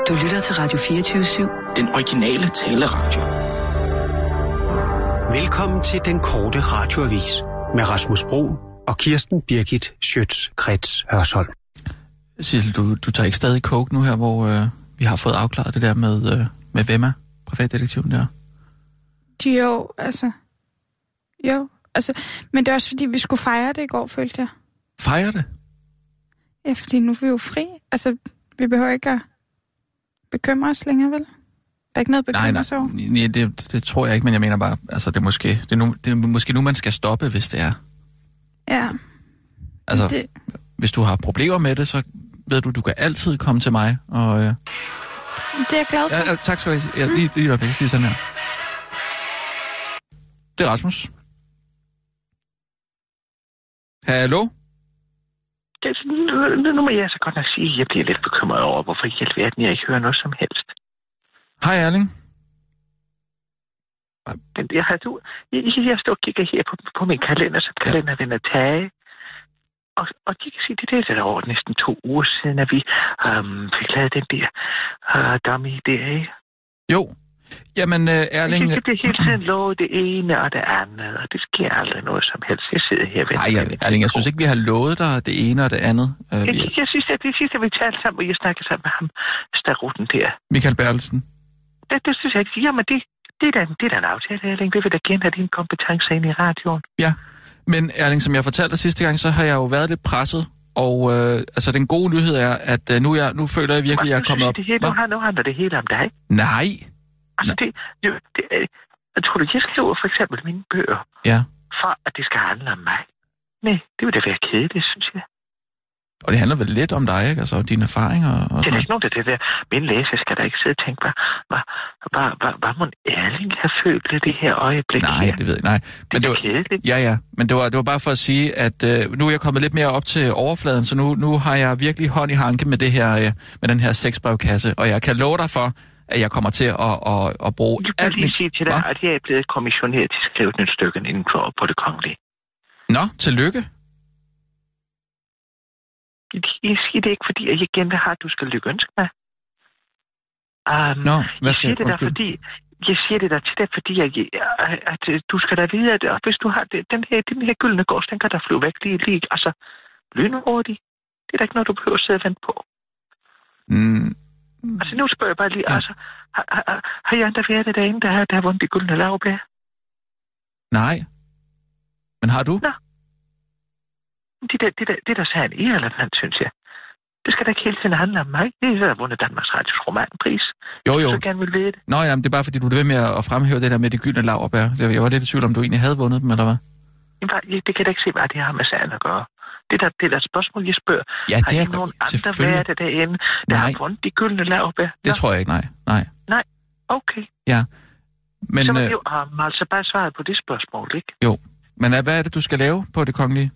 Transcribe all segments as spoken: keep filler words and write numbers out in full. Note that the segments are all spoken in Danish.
Du lytter til Radio fireogtyve syv. Den originale taleradio. Velkommen til den korte radioavis med Rasmus Broen og Kirsten Birgit Schøtz-Krets Hørsholm. Sissel, du, du tager ikke stadig coke nu her, hvor øh, vi har fået afklaret det der med, øh, med Vemma, privatdetektiven der? Jo, altså... Jo, altså... Men det er også fordi, vi skulle fejre det i går, følte jeg. Fejre det? Ja, fordi nu er vi jo fri. Altså, vi behøver ikke at bekymre os længere, vel? Der er ikke noget at bekymre nej, sig over. Nej, nej det, det tror jeg ikke, men jeg mener bare, altså det er måske, det er nu, det er måske nu, man skal stoppe, hvis det er. Ja. Altså, det... hvis du har problemer med det, så ved du, du kan altid komme til mig. Og, øh... Det er jeg glad for. Ja, ja, tak skal du have. Ja, lige, lige, lige, lige sådan her. Det er Rasmus. Hallo? Det, nu, nu må jeg så godt nok sige, at jeg bliver lidt bekymret over, hvorfor i hele verden jeg ikke hører noget som helst. Hej, Erling. Men jeg, har, du, jeg, jeg står og kigger her på, på min kalender, som kalender ja. Den er taget. Og, og de kan sige, det er det over næsten to uger siden, at vi øhm, fik lavet den der øh, dummy der, ikke? Jo. Jamen, uh, Erling... Det bliver hele tiden lovet det ene og det andet, og det sker aldrig noget som helst. Jeg sidder her ved... Nej, Erling, jeg synes ikke, vi har lovet dig det ene og det andet. Uh, jeg, vi... jeg synes, at det sidste, vi talte sammen, og jeg snakkede sammen med ham, Starutten der. Michael Bertelsen. Det, det synes jeg ikke. Jamen, det, det, er da, det er da en aftale, Erling. Vi vil da gerne have dine kompetencer ind i radioen. Ja, men Erling, som jeg fortalte dig sidste gang, så har jeg jo været lidt presset. Og øh, altså, den gode nyhed er, at øh, nu, jeg, nu føler jeg virkelig, at jeg er kommet op... Det hele, nu, har, nu handler det hele om dig. Nej. Altså, det, det, det, jeg tror du, jeg skriver for eksempel mine bøger, ja. For at det skal handle om mig. Nej, det vil da være kedeligt, synes jeg. Og det handler vel lidt om dig, ikke? Altså, dine erfaringer og det er ikke nogen af det der. Min læser skal da ikke sidde og tænke, hvad, hvad, hvad, hvad, hvad må Erling have følt i det her øjeblik? Nej, her? det ved jeg nej. Det, men det det var kedeligt. Ja, ja. Men det var, det var bare for at sige, at øh, nu er jeg kommet lidt mere op til overfladen, så nu, nu har jeg virkelig hånd i hanke med det her, øh, med den her sexbrevkasse. Og jeg kan love dig for, at jeg kommer til at, at, at bruge alt... Jeg kan lige sige til dig, Hva? At jeg er blevet kommissioneret til at skrive et nyt stykke inden for på det kongelige. Nå, tillykke. Jeg siger det ikke, fordi jeg igen vil have, at du skal lykønske mig. Um, Nå, hvad skal jeg siger det der, fordi jeg siger det der til dig, fordi jeg, at, at du skal da vide, at hvis du har det, den her, den her gyldne gårds, den kan der flyve væk lige, lige altså lynhurtigt. Det er da ikke noget, du behøver at sidde og vente på. Mm. Altså nu spørger jeg bare lige, ja. Altså, har, har, har jeg endda været det derinde, der har, der har vundet de gyldne lavbær? Nej. Men har du? Nå. Det der, det der, det der sagde en irrelevant, synes jeg. Det skal da ikke hele tiden handle om mig. Det er der, der har vundet Danmarks Radios romanpris. Jo, jo. Så gerne vil vide det. Nå, jamen, det er bare fordi, du er ved med at fremhæve det der med de gyldne laurbær. Jeg var lidt i tvivl om, du egentlig havde vundet dem, eller hvad? Jamen, det kan da ikke se, hvad det har med sagen at gøre. Det der, det der spørgsmål, jeg spørger. Ja, det er har nogen andre været det derinde, der nej. har vundet de gyldne laurbær? Det tror jeg ikke, nej. Nej. Nej, okay. Ja. Men, så var det jo øh... altså bare svaret på det spørgsmål, ikke? Jo. Men hvad er det, du skal lave på det kongelige?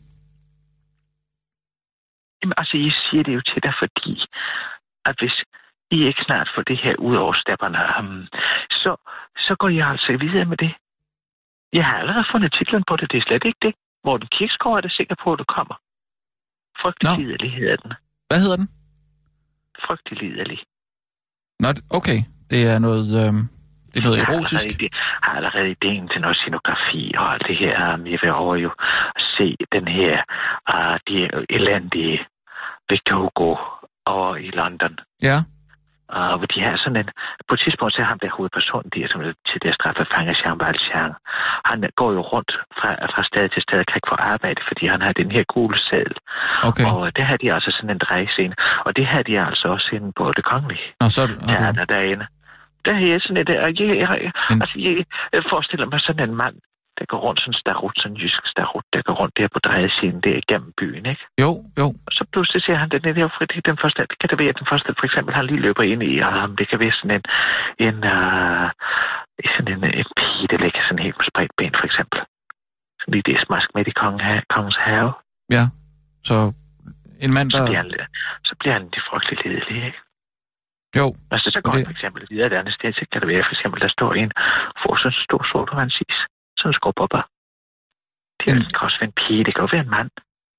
Jamen, altså, jeg siger det jo til dig, fordi at hvis I ikke snart får det her ud over stepperne, um, så, så går jeg altså videre med det. Jeg har allerede fundet titlen på det, det er slet ikke det. Morten Kirkegaard er det sikker på, at det kommer. Frygtelig no. liderlig hedder den. Hvad hedder den? Frygtelig liderlig. Nå, okay. Det er noget, øh, det er noget jeg erotisk. Jeg har allerede ideen til noget scenografi og alt det her. Um, jeg vil over jo se den her, uh, de elendige Victor Hugo over i London. Ja. Uh, hvor de har sådan en... På et tidspunkt så er ham der hovedpersonen, de er som til det straffefanger, Jean Valjean. Han går jo rundt fra, fra sted til sted og kan ikke få arbejde, fordi han har den her gule sædel. Okay. Og det har de altså sådan en drejescene. Og det har de altså også inde på det kongelige. Nå, så er der du... derinde. Der har jeg sådan et... Jeg, jeg, jeg, en... Altså, jeg forestiller mig sådan en mand, der går rundt, sådan en starut, sådan en jysk starut, der går rundt der på drejescenen, der igennem byen, ikke? Jo, jo. Og så pludselig ser han den der, fordi den første, det kan det være, den første, for eksempel, han lige løber ind i, og um, det kan være sådan en, en, uh, sådan en, en pige, der ligger sådan helt med spredt ben, for eksempel. Sådan lige det smask midt i kongen, kongens have. Ja, så en mand, der... Så bliver han, så bliver han de frygtelig ledelige, ikke? Jo. Altså, så går det... han for eksempel videre et andet sted, så kan det være, for eksempel, der står en, får sådan en stor sodavandsis. Sådan en skovbobber. Det er, mm. kan også være en pige, det kan også være en mand. Det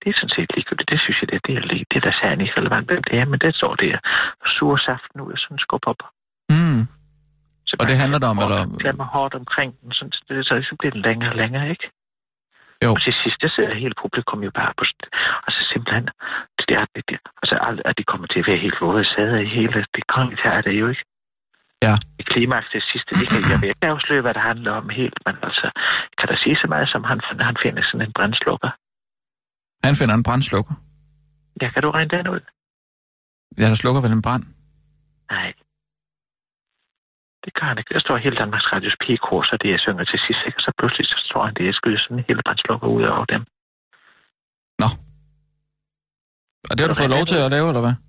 Det er sådan set ligegyldigt. Det synes jeg, det, det er lige. Det er der særligt ikke relevant. Hvem det er, men det står der. Sure saften ud og sådan skub op. Mm. Og det handler det om, eller? Klemmer hårdt omkring den, sådan, det, så, så bliver den længere og længere, ikke? Jo. Og til sidst, der sidder hele publikum jo bare på... Altså simpelthen, det er det der. Altså, at de kommer til at være helt våde sæder i hele det kongelige teater, det er jo ikke. Ja. I klimaks det sidste, det kan jeg ikke afsløre, hvad det handler om helt, men altså, kan der sige så meget, som han, han finder sådan en brandslukker? Han finder en brandslukker? Ja, kan du regne den ud? Ja, der slukker vel en brand? Nej. Det gør han ikke. Der står hele Danmarks Radios pigekor, så det jeg synger til sidst, ikke? Og så pludselig så står han det, jeg skyder sådan en hele brandslukker ud over dem. Nå. Og det har du fået lov til at lave, eller hvad?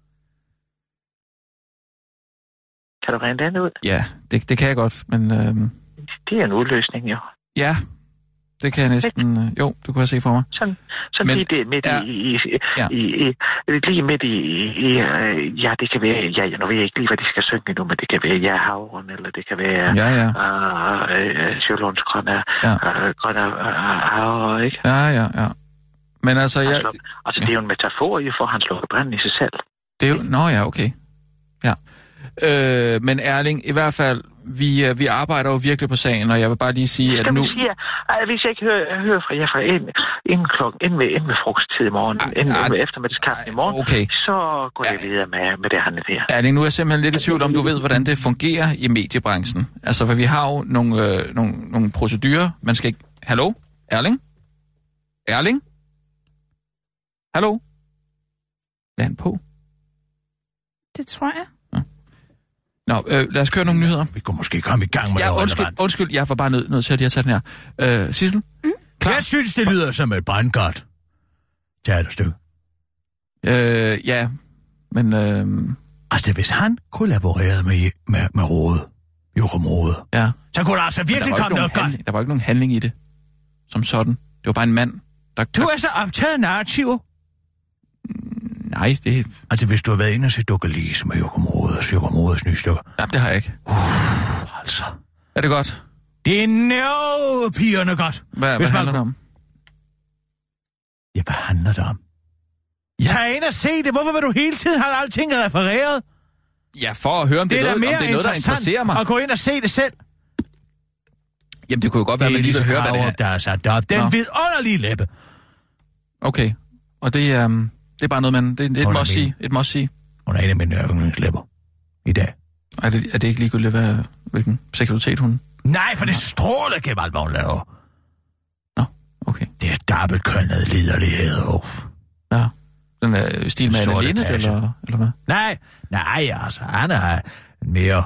Kan du regne den ud? Ja, det, det kan jeg godt, men... Øhm... Det er en udløsning, jo. Ja, det kan jeg næsten... Øh, jo, det kunne jeg se for mig. Sådan, sådan men, lige det midt ja, i, i, ja. i, i... Lige midt i... i uh, ja, det kan være... Ja, nu ved jeg ikke lige, hvad de skal synge endnu, men det kan være Ja, havren, eller det kan være... Ja, ja. Sjølunds grønne... Grønne havre, ikke? Ja, ja, ja. Men altså... Jeg... Sluk, altså, det er jo en metafor, jo, for han slukker branden i sig selv. Det er jo... Nå ja, okay. Ja. Øh, men Erling, i hvert fald, vi, vi arbejder jo virkelig på sagen, og jeg vil bare lige sige, at nu... Siger, at hvis jeg ikke hører, hører fra jer fra inden, inden klokken, inden ved, inden ved frokosttid i morgen, ej, inden, ej, inden ved eftermiddagskaffen i morgen, okay. Så går jeg videre med, med det andet der. Erling, nu er jeg simpelthen lidt i tvivl om, du ved, hvordan det fungerer i mediebranchen. Altså, for vi har jo nogle, øh, nogle, nogle procedurer, man skal ikke... Hallo? Erling? Erling? Hallo? Lad han på? Det tror jeg. Nå, øh, lad os køre nogle nyheder. Vi kunne måske komme i gang med ja, det. Undskyld, undskyld, jeg var bare nødt nød til at lige tage den her. Øh, Sissel? Mm? Klar? Jeg synes, det lyder som et brandgodt teaterstykke. Øh, ja, men... Øh... Altså, hvis han kollaborerede med, med, med Rode, Joachim Rode, ja. så kunne der altså virkelig komme noget handling, godt. Der var ikke nogen handling i det, som sådan. Det var bare en mand, der... Du er så optaget narrativer? Nej, det... Altså, hvis du har været inde og set Dukkelise med Joachim Rodes, Joachim Rodes nye stykker. Nej, det har jeg ikke. Uh, altså. Er det godt? Det er nervepigerne godt. Hvad, hvad handler det om? Ja, hvad handler det om? Ja. Tag ind og se det. Hvorfor vil du hele tiden have alting refereret? Ja, for at høre, om det, det er, noget, om det er noget, der interesserer mig. Og gå ind og se det selv. Jamen, det kunne jo godt være, at man lige vil høre, hvad det er. Der er sat op. Den vidunderlige læppe. Okay. Og det er... Um... Det er bare noget, man... Det er et must sige. Et must sige. Hun er en af mine yndlingslæber i dag. Er det, er det ikke ligegyldigt, hvad, hvilken seksualitet hun... Nej, for det stråler gennem hvad hun laver. Nå, okay. Det er dobbeltkønnet liderlighed. Oh. Ja. Den er stil med Anne Linnet, eller, eller hvad? Nej, nej, altså, han er mere...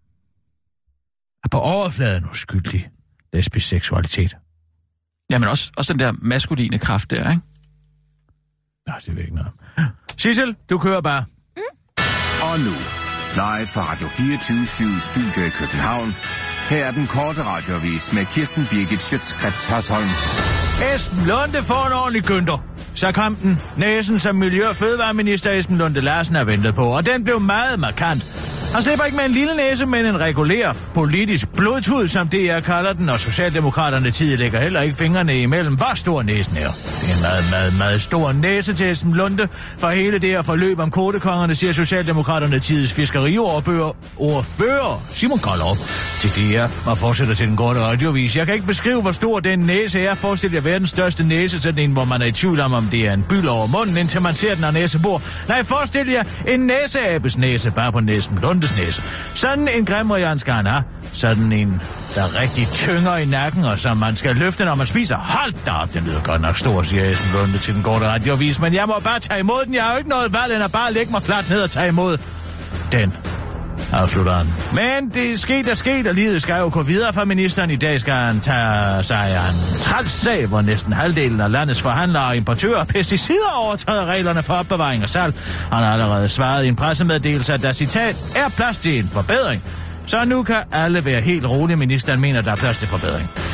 på overfladen uskyldig lesbisk seksualitet. Jamen også, også den der maskuline kraft der, ikke? Nej, det er ikke noget. Sissel, du kører bare. Mm. Og nu, live fra Radio fireogtyve syv Studio i København. Her er den korte radioavis med Kirsten Birgit Schøtz-Krets Hørsholm. Esben Lunde får en ordentlig Günther. Så kom den næsen, som Miljø- og Fødevareminister Esben Lunde Larsen har ventet på, og den blev meget markant. Han slipper ikke med en lille næse, men en regulær politisk blodtud, som D R kalder den, og Socialdemokraterne tid lægger heller ikke fingrene imellem, hvor stor næsen er. Det er en meget, meget, meget stor næse til Esben Lunde. For hele det her forløb om kodekongerne, siger Socialdemokraterne tids fiskeriordfører ordfører Simon Koldrup til D R og fortsætter til den korte radiovis. Jeg kan ikke beskrive, hvor stor den næse er. Forestil jer verdens største næse, sådan en, hvor man er i tvivl om, om det er en byld over munden, indtil man ser den af næsebor. Nej, forestil jer en næseabes næse, bare på næsen Lundes næse. Sådan en grimrian skal han have. Sådan en, der rigtig tynger i nakken, og som man skal løfte, når man spiser. Hold da op, den lyder godt nok stor, siger Esben Lunde til den korte radiovis. Men jeg må bare tage imod den. Jeg har jo ikke noget valg, end at bare lægge mig fladt ned og tage imod den. Afslutter han. Men det skete er sket, og livet skal jo gå videre for ministeren. I dag skal han tage sig af en træls sag, hvor næsten halvdelen af landets forhandlere og importører af pesticider overtræder reglerne for opbevaring og salg. Han har allerede svaret i en pressemeddelelse, at der citat er plads til en forbedring. Så nu kan alle være helt rolige. Ministeren mener, der er plads til forbedring.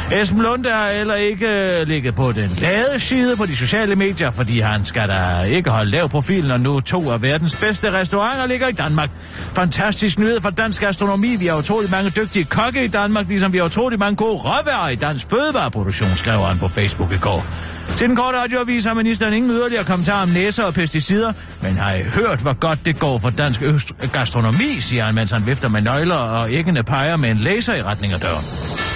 Esben Lunde har heller ikke øh, ligget på den lade side på de sociale medier, fordi han skal da ikke holde lav profil, når nu to af verdens bedste restauranter ligger i Danmark. Fantastisk nyhed for dansk gastronomi. Vi har utrolig mange dygtige kokke i Danmark, ligesom vi har utrolig mange gode råvarer i dansk fødevareproduktion, skrev han på Facebook i går. Til den korte radioavis har ministeren ingen yderligere kommentar om næser og pesticider, men har I hørt, hvor godt det går for dansk øst- gastronomi, siger han, mens han vifter med nøgler og æggene peger med en laser i retning af døren.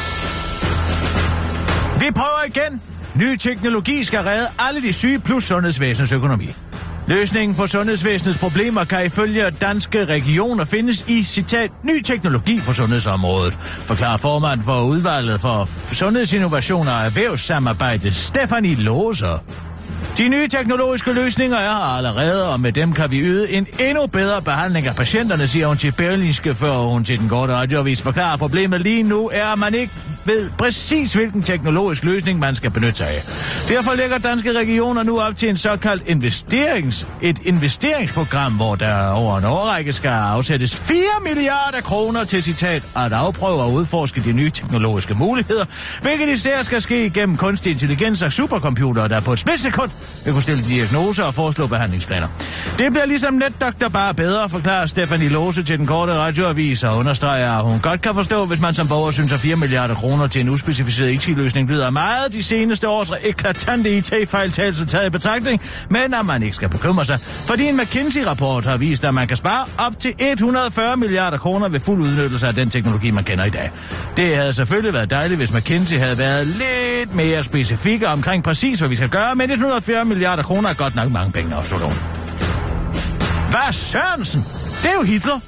Vi prøver igen. Ny teknologi skal redde alle de syge plus sundhedsvæsenets økonomi. Løsningen på sundhedsvæsenets problemer kan ifølge danske regioner findes i, citat, ny teknologi på sundhedsområdet, forklarer formand for udvalget for sundhedsinnovationer og erhvervssamarbejde, Stefanie Lose. De nye teknologiske løsninger er her allerede, og med dem kan vi yde en endnu bedre behandling af patienterne, siger hun til Berlingske, før hun til den korte radioavis forklarer. Problemet lige nu er, at man ikke ved præcis, hvilken teknologisk løsning man skal benytte sig af. Derfor lægger danske regioner nu op til en såkaldt investerings, et investeringsprogram, hvor der over en årrække skal afsættes fire milliarder kroner til, citat, at afprøve og udforske de nye teknologiske muligheder, hvilket især skal ske igennem kunstig intelligens og supercomputere, der på et splitsekund vil kunne stille diagnoser og foreslå behandlingsplaner. Det bliver ligesom netdoktor bare bedre, forklarer Stefanie Lose til den korte radioavis og understreger, at hun godt kan forstå, hvis man som borger synes, at fire milliarder kroner til en uspecificeret I T-løsning lyder meget de seneste års eklatante I T-fejltagelse taget i betragtning, men at man ikke skal bekymre sig, fordi en McKinsey-rapport har vist, at man kan spare op til et hundrede og fyrre milliarder kroner ved fuld udnyttelse af den teknologi, man kender i dag. Det havde selvfølgelig været dejligt, hvis McKinsey havde været lidt mere specifikke omkring præcis, hvad vi skal gøre, men et hundrede og fyrre milliarder kroner er godt nok mange penge, afslutter hun. Hvad Sørensen? Det er jo Hitler.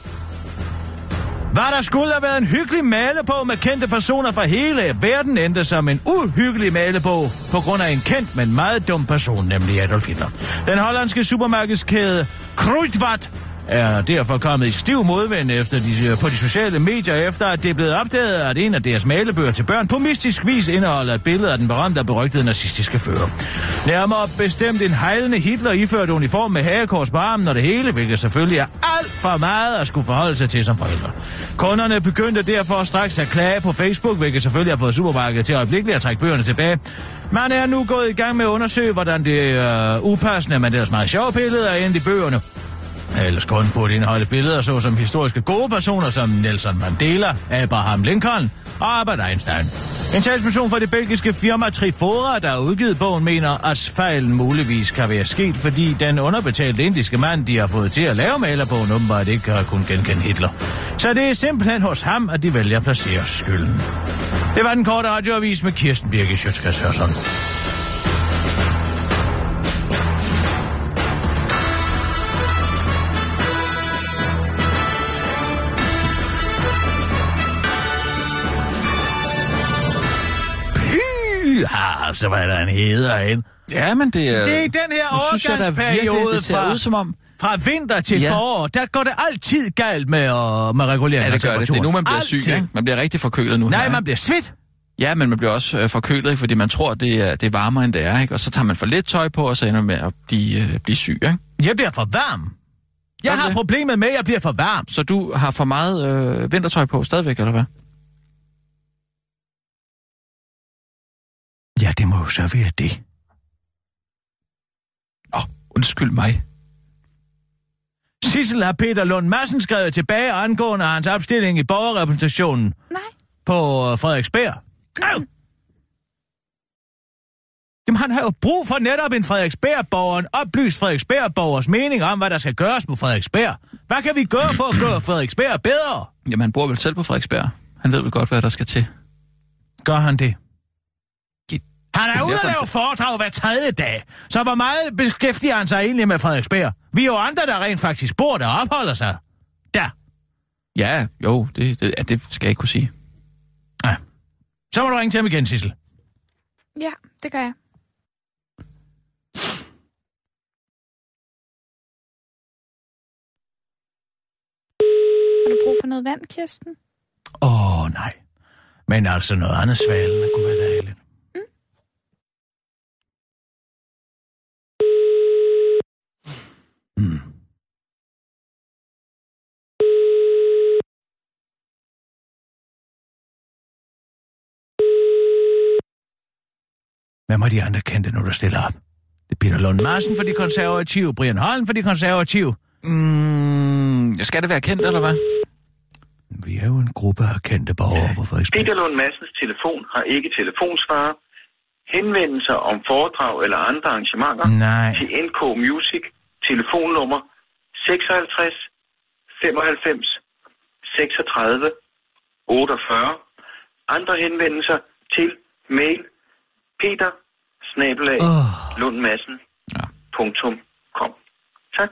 Hvad der skulle have været en hyggelig malebog med kendte personer fra hele verden, endte som en uhyggelig malebog på grund af en kendt, men meget dum person, nemlig Adolf Hitler. Den hollandske supermarkedskæde Kruidvat er derfor kommet i stiv modvind efter de, på de sociale medier, efter at det er blevet opdaget, at en af deres malebøger til børn på mystisk vis indeholder et billede af den berømte og berygtede nazistiske fører. Nærmere bestemt en hejlende Hitler iført uniform med hagekors på armen og det hele, hvilket selvfølgelig er alt for meget at skulle forholde sig til som forældre. Kunderne begyndte derfor straks at klage på Facebook, hvilket selvfølgelig har fået supermarkedet til øjeblikkeligt at trække bøgerne tilbage. Man er nu gået i gang med at undersøge, hvordan det er upassende, men ellers meget sjove billeder er endt i bøgerne. Ellers kun burde indeholde billeder såsom historiske gode personer som Nelson Mandela, Abraham Lincoln og Albert Einstein. En talsperson for det belgiske firma Trifora, der har udgivet bogen, mener, at fejlen muligvis kan være sket, fordi den underbetalte indiske mand, de har fået til at lave malerbogen, åbenbart ikke har kunnet genkende Hitler. Så det er simpelthen hos ham, at de vælger at placere skylden. Det var den korte radioavis med Kirsten Birgit Schøtz-Krets Hørsholm. Ja, så var der en heder ind. Ja, men det er... Det er den her overgangsperiode det ser fra, ud som om... fra vinter til ja. forår. Der går det altid galt med, uh, med regulering ja, af det gør det. Det er nu, man bliver altid. syg, ikke? Man bliver rigtig forkølet nu. Nej, her, man bliver svedt. Ja, men man bliver også øh, forkølet, fordi man tror, det er, det er varmere, end det er, ikke? Og så tager man for lidt tøj på, og så ender man med at blive, øh, blive syg, ikke? Jeg bliver for varm. Jeg har det? problemet med, at jeg bliver for varm. Så du har for meget øh, vintertøj på stadigvæk, eller hvad? Ja, det må jo så være det. Åh, oh, undskyld mig. Sissel har Peter Lund Madsen skrevet tilbage angående hans opstilling i borgerrepræsentationen. Nej. På Frederiksberg. Mm. Jamen, han har jo brug for netop en Frederiksberg-borger, en oplyst Frederiksberg-borgers mening om, hvad der skal gøres på Frederiksberg. Hvad kan vi gøre for at gøre Frederiksberg bedre? Jamen, han bor vel selv på Frederiksberg. Han ved vel godt, hvad der skal til. Gør han det? Han er det ude at lave foredrag hver tredje dag. Så hvor meget beskæftiger han sig egentlig med Frederiksberg? Vi er jo andre, der rent faktisk bor der og opholder sig. Der. Ja, jo, det, det, ja, det skal jeg ikke kunne sige. Ja. Så må du ringe til ham igen, Sissel. Ja, det gør jeg. Har du brug for noget vand, Kirsten? Åh, oh, nej. Men altså noget andet svalende kunne være dejligt. Mm. Mm. Hvem er de andre kendte nu, der stiller op? Det er Peter Lund Madsen for de konservative, Brian Holm for de konservative. Mm, skal det være kendt, eller hvad? Vi er jo en gruppe af kendte borgere på Frederiksberg. Peter Lund Madsens telefon har ikke telefonsvarer. Henvendelser om foredrag eller andre arrangementer Nej. til N K Music, telefonnummer seksoghalvtreds femoghalvfems seksogtredive otteogfyrre. Andre henvendelser til mail peter snabel-a lundmadsen punktum com. Tak.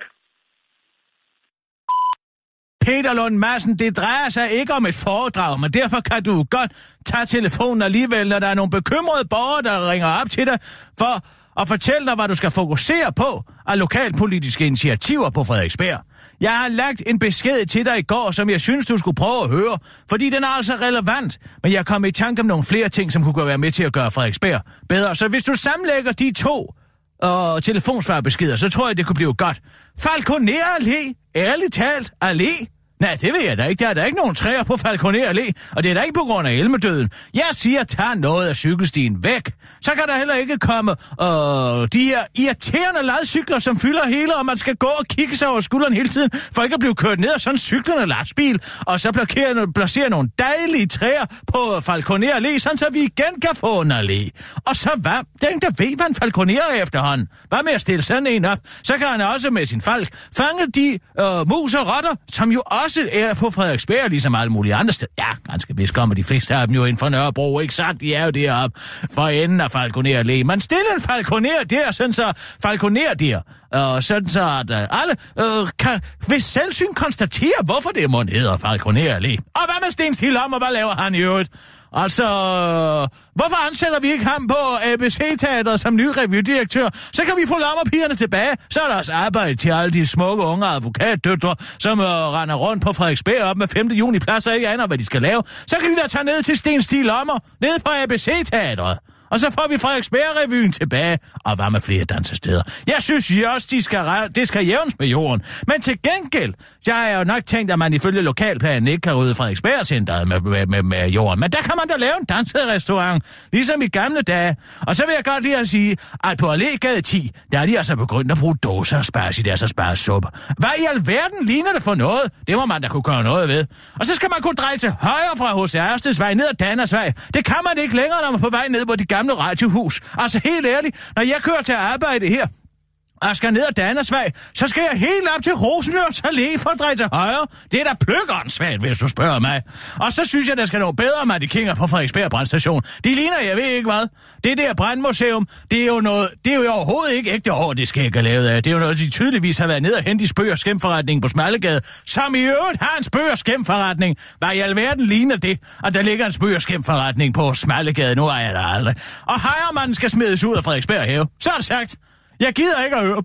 Peter Lund Madsen, det drejer sig ikke om et foredrag, men derfor kan du godt tage telefonen alligevel, når der er nogle bekymrede borgere, der ringer op til dig for at fortælle dig, hvad du skal fokusere på af lokalpolitiske initiativer på Frederiksberg. Jeg har lagt en besked til dig i går, som jeg synes, du skulle prøve at høre, fordi den er altså relevant, men jeg kom i tanke om nogle flere ting, som kunne være med til at gøre Frederiksberg bedre. Så hvis du sammenlægger de to og telefonsvarbeskeder, så tror jeg, det kunne blive godt. Falconer Allé, ærligt talt, Allé. Nej, det ved jeg da ikke. Der er der ikke nogen træer på Falconer Allé, og det er da ikke på grund af elmedøden. Jeg siger, tag noget af cykelstien væk. Så kan der heller ikke komme øh, de her irriterende ladcykler, som fylder hele, og man skal gå og kigge sig over skulderen hele tiden, for ikke at blive kørt ned af sådan en cyklende lastbil, og så placere nogle dejlige træer på Falconer Allé, sådan så vi igen kan få en allé. Og så hvad? Den, der ved, hvad en falconer er efterhånden. Hvad med at stille sådan en op? Så kan han også med sin falk fange de øh, mus og rotter, som jo også er på Frederiksberg, ligesom alle mulige andre steder. Ja, ganske vist kommer de fleste af dem jo ind fra Nørrebro, ikke sandt? De er jo deroppe for enden af Falconer Allé. Man stiller en falconer der, sådan så falconer der, og sådan så at uh, alle uh, kan ved selvsyn konstatere, hvorfor det må hedder Falconer Allé. Og hvad med Sten Stil om, og hvad laver han i øvrigt? Altså, hvorfor ansætter vi ikke ham på A B C-teatret som ny revydirektør? Så kan vi få lommerpigerne tilbage. Så er der også arbejde til alle de smukke unge advokatdøtre, som uh, render rundt på Frederiksberg op med femte juni plads og ikke aner, hvad de skal lave. Så kan de da tage ned til Sten Stil Lommer, ned på A B C-teatret. Og så får vi Frederiksberg-revyen tilbage, og hvad med flere dansesteder. Jeg synes jo også, de skal, det skal jævnes med jorden. Men til gengæld, så har jeg jo nok tænkt, at man ifølge lokalplanen ikke kan rydde Frederiksberg-centret med, med, med, med jorden. Men der kan man da lave en danserestaurant, ligesom i gamle dage. Og så vil jeg godt lige at sige, at på Allégade ti, der er de altså begyndt at bruge dåser og spars i deres aspargessuppe. Hvad i alverden ligner det for noget? Det må man da kunne gøre noget ved. Og så skal man kunne dreje til højre fra H C Ærsteds vej ned ad Dannersvej. Det kan man ikke længere, når man er på vej ned på de gamle radiohus. Altså helt ærligt, når jeg kører til arbejde her, og skal ned ad Dannersvej, så skal jeg helt op til Rosenlørs Allé for at dreje til højre. Det er da pløkkerensvagt, hvis du spørger mig. Og så synes jeg, der skal nogle bedre mannequiner på Frederiksberg brandstation. De ligner, jeg ved ikke hvad. Det der brandmuseum, det er jo noget, det er jo overhovedet ikke ægte år, det skal ikke have lavet af. Det er jo noget, de tydeligvis har været ned og hente i spøg- og skæmforretningen på Smallegade, som i øvrigt har en spøg- og skæmforretning. Hvad i alverden ligner det, at der ligger en spøg- og skæmforretning på Smallegade? Nu er jeg der aldrig. Og Heiermann skal smides ud af Frederiksberg have. Så er det sagt. Jeg gider ikke at høre.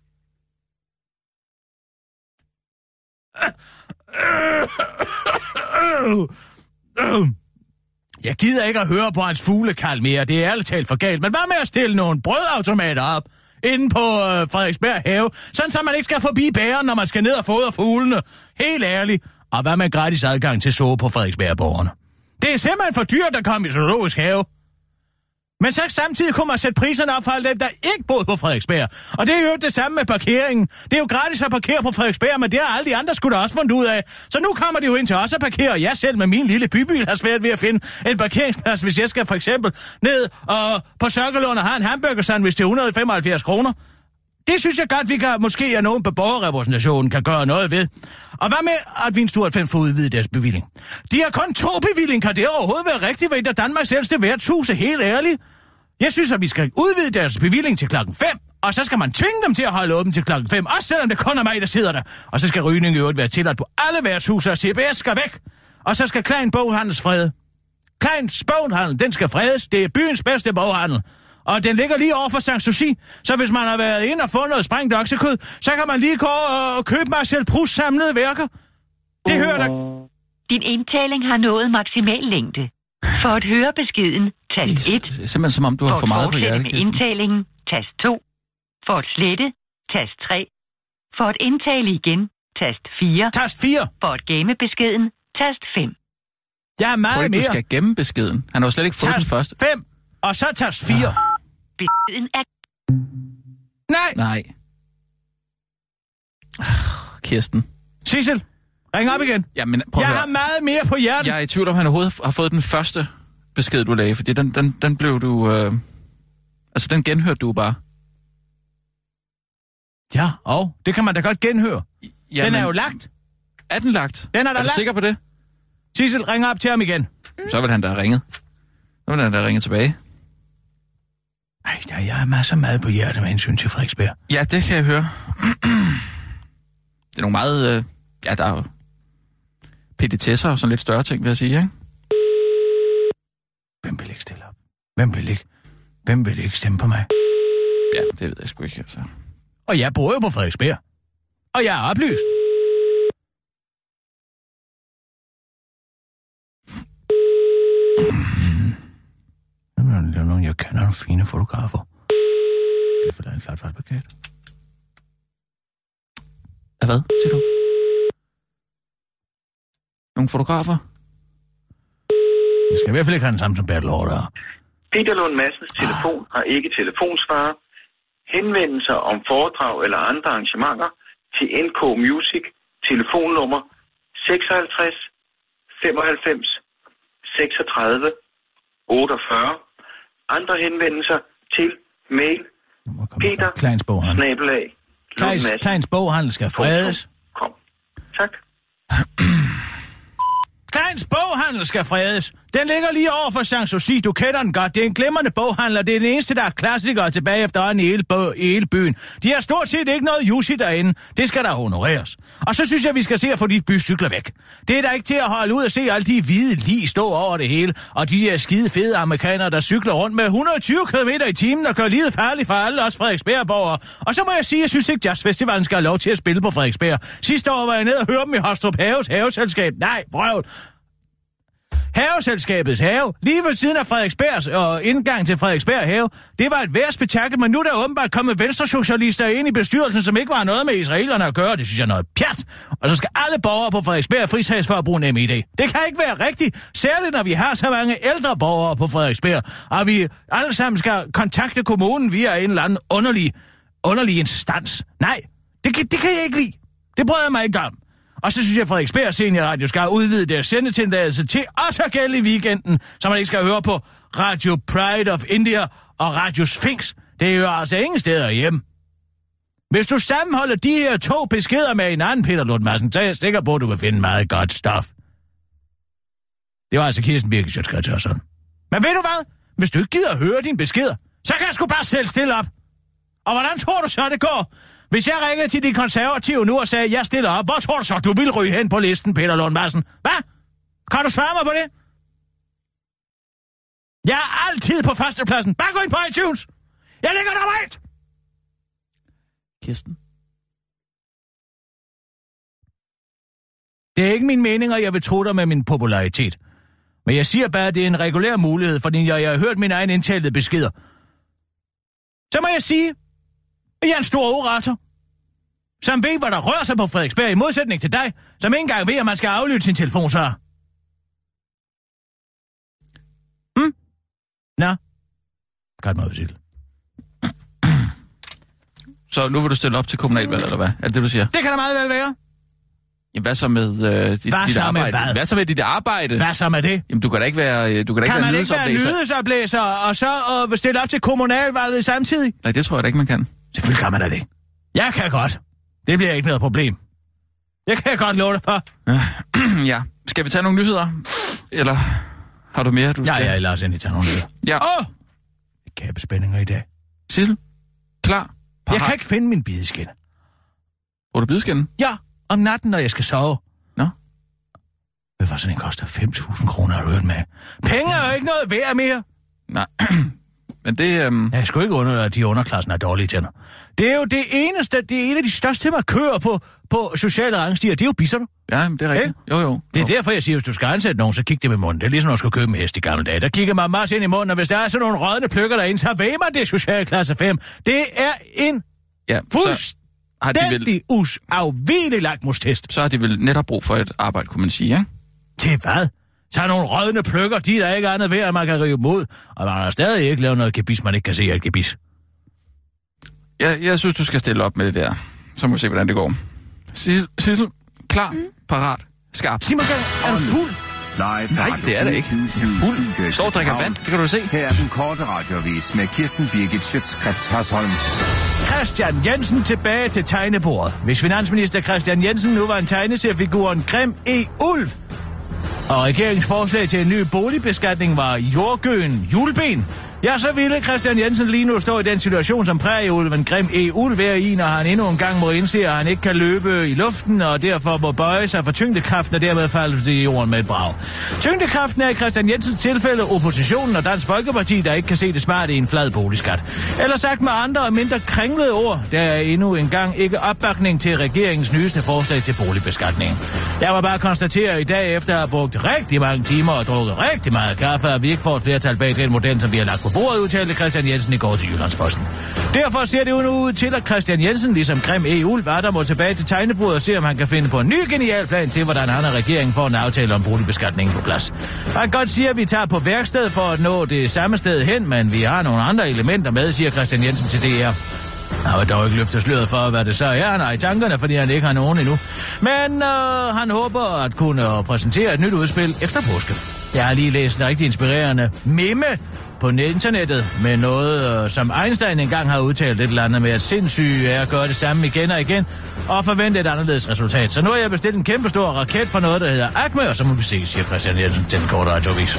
Jeg gider ikke at høre på hans fuglekald mere. Det er ærligt talt for galt. Men hvad med at stille nogle brødautomater op inde på øh, Frederiksberg have, sådan så man ikke skal forbi bæren, når man skal ned og fodre fuglene? Helt ærligt. Og hvad med gratis adgang til zoo på Frederiksberg-borgerne? Det er simpelthen for dyrt at komme i zoologisk have. Men så samtidig kunne man sætte priserne op for alle dem, der ikke boede på Frederiksberg. Og det er jo det samme med parkeringen. Det er jo gratis at parkere på Frederiksberg, men det har alle de andre skulle da også fundet ud af. Så nu kommer de jo ind til os at parkere. Jeg selv med min lille bybil har svært ved at finde en parkeringsplads, hvis jeg skal for eksempel ned og på Sørkelund og have en hamburgersandwich til et hundrede og femoghalvfjerds kroner. Det synes jeg godt, vi kan måske af nogen på borgerrepræsentationen kan gøre noget ved. Og hvad med, at Vins tooghalvfems får udvidet deres bevilling? De har kun to bevillinger. Kan det overhovedet være rigtigt, ved Danmarks ældste værtshus er helt ærligt? Jeg synes, at vi skal udvide deres bevilling til klokken fem, og så skal man tvinge dem til at holde åben til klokken fem, også selvom det kun er mig, der sidder der. Og så skal rygning i øvrigt være tilladt på alle værtshuse, og C B S skal væk. Og så skal Klein Boghandels frede. Kleins Boghandel, den skal fredes. Det er byens bedste boghandel. Og den ligger lige over for Sankt Susi. Så hvis man har været inde og fået noget sprængt oksekød, så kan man lige gå og købe Marcel Proust samlede værker. Det hører der. Din indtaling har nået maksimal længde. For at høre beskeden, tast et. Det er simpelthen som om, du har for meget på hjertet. For at fortsætte med indtalingen, tast to. For at slette, tast tre. For at indtale igen, tast fire. Tast fire. For at gemme beskeden, tast fem. Jeg er meget mere. mere. Du skal gemme beskeden. Han har jo slet ikke fået tast den først. fem, og så tast fire. Beskeden er... Nej! Nej. Kirsten. Sissel, ring op igen. Jamen, prøv Jeg at har høre. meget mere på hjertet. Jeg er i tvivl om, han overhovedet har fået den første besked, du lagde, fordi den, den, den blev du... Øh... Altså, den genhørte du bare. Ja, og det kan man da godt genhøre. Ja, den men... er jo lagt. Er den lagt? Den er der er du lagt. sikker på det? Sissel, ring op til ham igen. Så vil han da have ringet. Så vil han da have ringet tilbage. Ej, der jeg har masser af mad på hjertet med hensyn til Frederiksberg. Ja, det kan jeg høre. Det er nogle meget... Øh... Ja, der er jo petitesser og sådan lidt større ting, vil jeg sige, ikke? Hvem vil ikke stille op? Hvem vil ikke? Hvem vil ikke stemme på mig? Ja, det ved jeg sgu ikke, altså. Og jeg bor jo på Frederiksberg. Og jeg er oplyst. Der er nogen, jeg kender nogle fine fotografer. Jeg får lavet en flot valgplakat. Hvad, siger du? Nogle fotografer? Jeg skal i hvert fald ikke have den samme som Bertel Hårder. Peter Lund Madsens telefon har ikke telefonsvarer. Henvendelser om foredrag eller andre arrangementer til N K Music, telefonnummer seksoghalvtreds femoghalvfems seksogtredive otteogfyrre. Andre henvendelser til mail Peter snabelag Kleins boghandel skal fredes. Kom. Tak. Kleins boghandel skal fredes. Den ligger lige over for Sanssouci. Du kender den godt. Det er en glimrende boghandler. Det er den eneste, der er klassikere tilbage efterhånden i hele, bø- i hele byen. De har stort set ikke noget jussi derinde. Det skal der honoreres. Og så synes jeg, vi skal se at få de bycykler væk. Det er da ikke til at holde ud og se alle de hvide lig stå over det hele. Og de der skide fede amerikanere, der cykler rundt med et hundrede og tyve kilometer i timen og gør livet farligt for alle os Frederiksberg-borgere. Og så må jeg sige, at jeg synes ikke, Jazz Festivalen skal have lov til at spille på Frederiksberg. Sidste år var jeg nede og høre dem i Hostrup Haves haveselskab. Nej, vrøvl. Haveselskabets have, lige ved siden af Frederiksbergs og indgang til Frederiksberg have, det var et værspektakel, men nu er der åbenbart kommet venstresocialister ind i bestyrelsen, som ikke var noget med israelerne at gøre. Det synes jeg er noget pjat. Og så skal alle borgere på Frederiksberg fritages for at bruge nem I D. Det kan ikke være rigtigt, særligt når vi har så mange ældre borgere på Frederiksberg, og vi alle sammen skal kontakte kommunen via en eller anden underlig, underlig instans. Nej, det, det kan jeg ikke lide. Det bryder jeg mig ikke om. Og så synes jeg, at Frederiksberg Senior Radio skal udvide deres sendetilladelse til også at gælde i weekenden, så man ikke skal høre på Radio Pride of India og Radio Sphinx. Det er jo altså ingen steder hjemme. Hvis du sammenholder de her to beskeder med hinanden, Peter Lund Madsen, så er jeg sikker på, at du vil finde meget godt stof. Det var altså Kirsten Birgit Sjøtskreds og sådan. Men ved du hvad? Hvis du ikke gider at høre dine beskeder, så kan jeg sgu bare selv stille op. Og hvordan tror du så, det går? Hvis jeg ringede til de konservative nu og sagde, at jeg stiller op, hvor tror du så, du vil ryge hen på listen, Peter Lund Madsen? Hvad? Kan du svare mig på det? Jeg er altid på førstepladsen. Bare gå ind på iTunes. Jeg ligger nummer et. Kirsten? Det er ikke min mening, at jeg vil tro dig med min popularitet. Men jeg siger bare, at det er en regulær mulighed, fordi jeg, jeg har hørt min egen indtalede beskeder. Så må jeg sige, at jeg er en stor orator, som ved, hvad der rører sig på Frederiksberg, i modsætning til dig, som ikke engang ved, at man skal aflytte sin telefon, så. Hm? Nå. Godt måde, Sissel. Så nu vil du stille op til kommunalvalg, eller hvad? Er det det, du siger? Det kan da meget vel være. Jamen, hvad så med øh, dit, hvad dit så arbejde? Med hvad? hvad så med dit arbejde? Hvad så med det? Jamen, du kan da ikke være du kan da kan ikke være man ikke være nyhedsoplæser, og så og stille op til kommunalvalget samtidig? Nej, det tror jeg da ikke, man kan. Selvfølgelig kan man da det. Jeg kan godt. Det bliver ikke noget problem. Jeg kan godt love dig for. Ja. Skal vi tage nogle nyheder? Eller har du mere, du skal? Ja, ja, lad os endelig tage nogle nyheder. Ja. Åh! Oh! Kæmpe spændinger i dag. Sissel? Klar? Parat. Jeg kan ikke finde min bideskinne. Hvor du bideskinne? Ja, om natten, når jeg skal sove. Nå? Hvad for sådan en koster fem tusind kroner at røre med? Penge er jo ikke noget værd mere. Nej. Men det... Øhm... Jeg skulle ikke under, at de underklassen er dårlige tænder. Det er jo det eneste, det er en af de største markører på, på sociale rangstiger. Det er jo bisserne. Ja, det er rigtigt. Jo, jo. Det er jo. derfor, jeg siger, hvis du skal ansætte nogen, så kig det med munden. Det er ligesom, når du skal købe en hest i gamle dage. Der kigger man meget ind i munden, og hvis der er sådan nogle rødne pløkker derinde, så ved man, det er socialklasse fem. Det er en ja, fuldstændig vel... usafvigelig lakmustest. Så har de vel netop brug for et arbejde, kunne man sige, ikke? Til hvad? Tag nogle rådne pløkker, de der ikke er andet ved, at man kan rive dem ud. Og man har stadig ikke lavet noget gebis, man ikke kan se af et gebis. Jeg, jeg synes, du skal stille op med det der. Så må vi se, hvordan det går. Sissel, klar, mm. parat, skarp. Sig mig gang, er du fuld? Nej, det er det ikke. Fuld. Står og drikker vand, det kan du se. Her er den korte radioavis med Kirsten Birgit Schøtz-Krets Hørsholm. Christian Jensen tilbage til tegnebordet. Hvis finansminister Christian Jensen nu var en tegneseriefiguren Grim E. Ulv, og regeringens forslag til en ny boligbeskatning var jordgøen juleben, ja, så ville Christian Jensen lige nu stå i den situation, som prærieulven Grim E. Ulv er i, når han endnu en gang må indse, at han ikke kan løbe i luften, og derfor må bøje sig for tyngdekraften, og dermed falde til jorden med et brag. Tyngdekraften er i Christian Jensens tilfælde oppositionen og Dansk Folkeparti, der ikke kan se det smarte i en flad boligskat. Eller sagt med andre og mindre kringlede ord, der er endnu en gang ikke opbakning til regeringens nyeste forslag til boligbeskatning. Jeg må bare konstatere i dag, efter at have brugt rigtig mange timer og drukket rigtig meget kaffe, at vi ikke får et flertal bag den model, som vi har lagt på bordet, udtalte Christian Jensen i går til Jyllandsposten. Derfor ser det jo nu ud til, at Christian Jensen, ligesom Grim E. Ulv, er der må tilbage til tegnebordet og se, om han kan finde på en ny genial plan til, hvordan han og regeringen får en aftale om boligbeskatningen på plads. Man kan godt sige, at vi tager på værksted for at nå det samme sted hen, men vi har nogle andre elementer med, siger Christian Jensen til D R. Han vil dog ikke løfte sløret for, hvad det så er. Han har i tankerne, fordi han ikke har nogen endnu. Men øh, han håber at kunne præsentere et nyt udspil efter påske. Jeg har lige læst en rigtig inspirerende meme på internettet med noget, øh, som Einstein engang har udtalt et eller andet med, at sindssyge er at gøre det samme igen og igen og forvente et anderledes resultat. Så nu har jeg bestilt en kæmpe stor raket for noget, der hedder Acme, og så må vi se, siger Christian Jensen til den korte radioavis.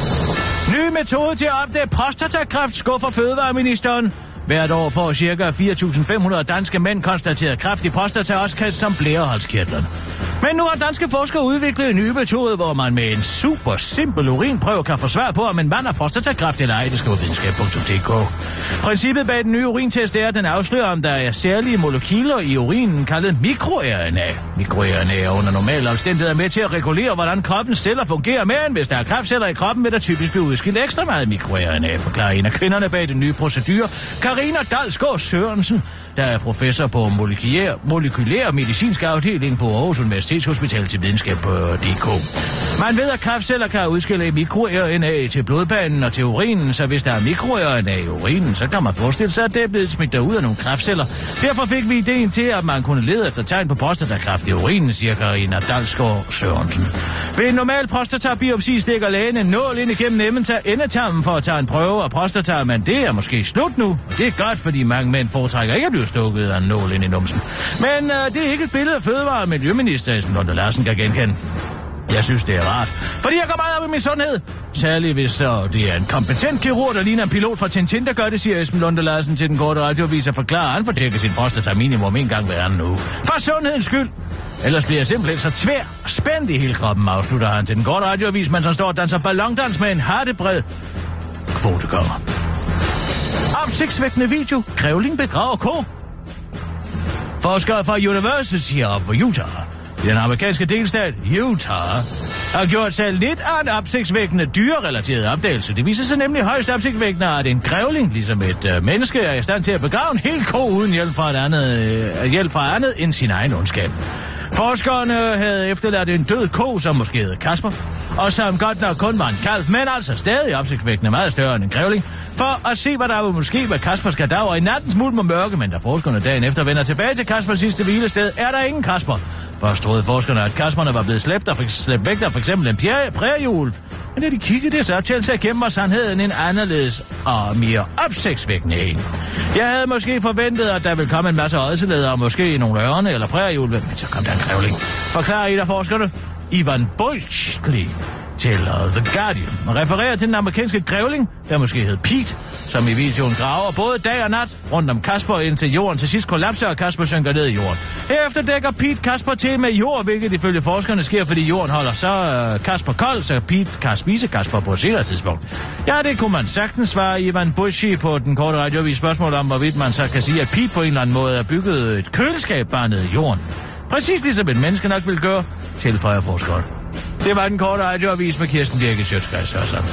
Ny metode til at opdage prostatakræft skuffer fødevareministeren. Hvert år får ca. fire tusind fem hundrede danske mænd konstateret kræft i prostata, også kaldt som blæreholskirtlen. Men nu har danske forskere udviklet en ny metode, hvor man med en super simpel urinprøve kan få svar på, om en mand har prostatakræft eller ej. Det skriver videnskab punktum d k. Princippet bag den nye urintest er, at den afslører, om der er særlige molekyler i urinen, kaldet mikro-R N A. Mikro-R N A er under normale omstændigheder med til at regulere, hvordan kroppens celler fungerer, men hvis der er kræftceller i kroppen, vil der typisk blive udskilt ekstra meget mikro-R N A, forklarer en af kvinderne bag den nye procedure, Karina Dalsgaard Sørensen, der er professor på molekylær, molekylær medicinsk afdeling på Aarhus Universitetshospital til videnskab punktum d k. Man ved, at kræftceller kan udskille mikro-R N A til blodbanen og til urinen, så hvis der er mikro-R N A i urinen, så kan man forestille sig, at det er blevet smidt derud af nogle kræftceller. Derfor fik vi ideen til, at man kunne lede efter tegn på prostatakræft i urinen, siger Karina Dalsgaard Sørensen. Ved en normal prostatabiopsi stikker lægen en nål ind igennem endetarmen for at tage en prøve af prostata, men det er måske slut nu, og det er godt, fordi mange mænd foretrækker ikke at blive stukket af en nål ind i numsen. Men øh, det er ikke et billede af fødevare- og miljøminister, som Lunde Larsen kan genkende. Jeg synes, det er rart, fordi jeg går meget op i min sundhed. Særligt hvis så det er en kompetent kirurg, der ligner en pilot fra Tintin, der gør det, siger Esben Lunde Larsen til den korte radioavis og forklarer, at han får tjekket sin prostata minimum en gang hver anden uge. For sundhedens skyld. Ellers bliver jeg simpelthen så tvær og spændt i hele kroppen, afslutter han til den korte radioavis, mens han står og danser ballondans med en hartebred kvotekonger. Opsigtsvækkende video. Grævling begraver ko. Forskere fra University of Utah i den amerikanske delstat Utah har gjort sig lidt af en opsigtsvækkende dyrerelateret opdagelse. Det viser sig nemlig højst opsigtsvækkende, at en grævling, ligesom et øh, menneske, er i stand til at begrave en hel ko uden hjælp fra, et andet, øh, hjælp fra andet end sin egen ondskab. Forskerne havde efterladt en død ko, som måske hed Kasper, og som godt nok kun var en kalv, men altså stadig opsigtsvækkende meget større end en grævling, for at se, hvad der var måske med Kaspers kadaver i nattens mulm og mørke, men da forskerne dagen efter vender tilbage til Kaspers sidste hvilested, er der ingen Kasper. Først troede forskerne, at Kasperne var blevet slæbt, og slæbt væk der for eksempel en prærieulv. Men da de kiggede det, så optælte sig igennem os sandheden en anderledes og mere opsigtsvækkende en. Jeg havde måske forventet, at der ville komme en masse ådselæder, og måske nogle ørne eller prærieulve, men så kom der en grævling. Forklarer et af forskerne, Ivan Bolchli, til uh, The Guardian, og refererer til den amerikanske grævling, der måske hed Pete, som i videoen graver både dag og nat rundt om Kasper ind til jorden. Til sidst kollapser, og Kasper synker ned i jorden. Herefter dækker Pete Kasper til med jord, hvilket ifølge forskerne sker, fordi jorden holder så uh, Kasper kold, så Pete kan spise Kasper på et senere tidspunkt. Ja, det kunne man sagtens svare Ivan Bolchli på den korte radioavis spørgsmål om, hvorvidt man så kan sige, at Pete på en eller anden måde er bygget et køleskab bare nede i jorden. Præcis ligesom et menneske nok vil gøre, tilføjer forskeren. Det var den korte radioavis med Kirsten Birgit Schøtz-Krets Hørsholm.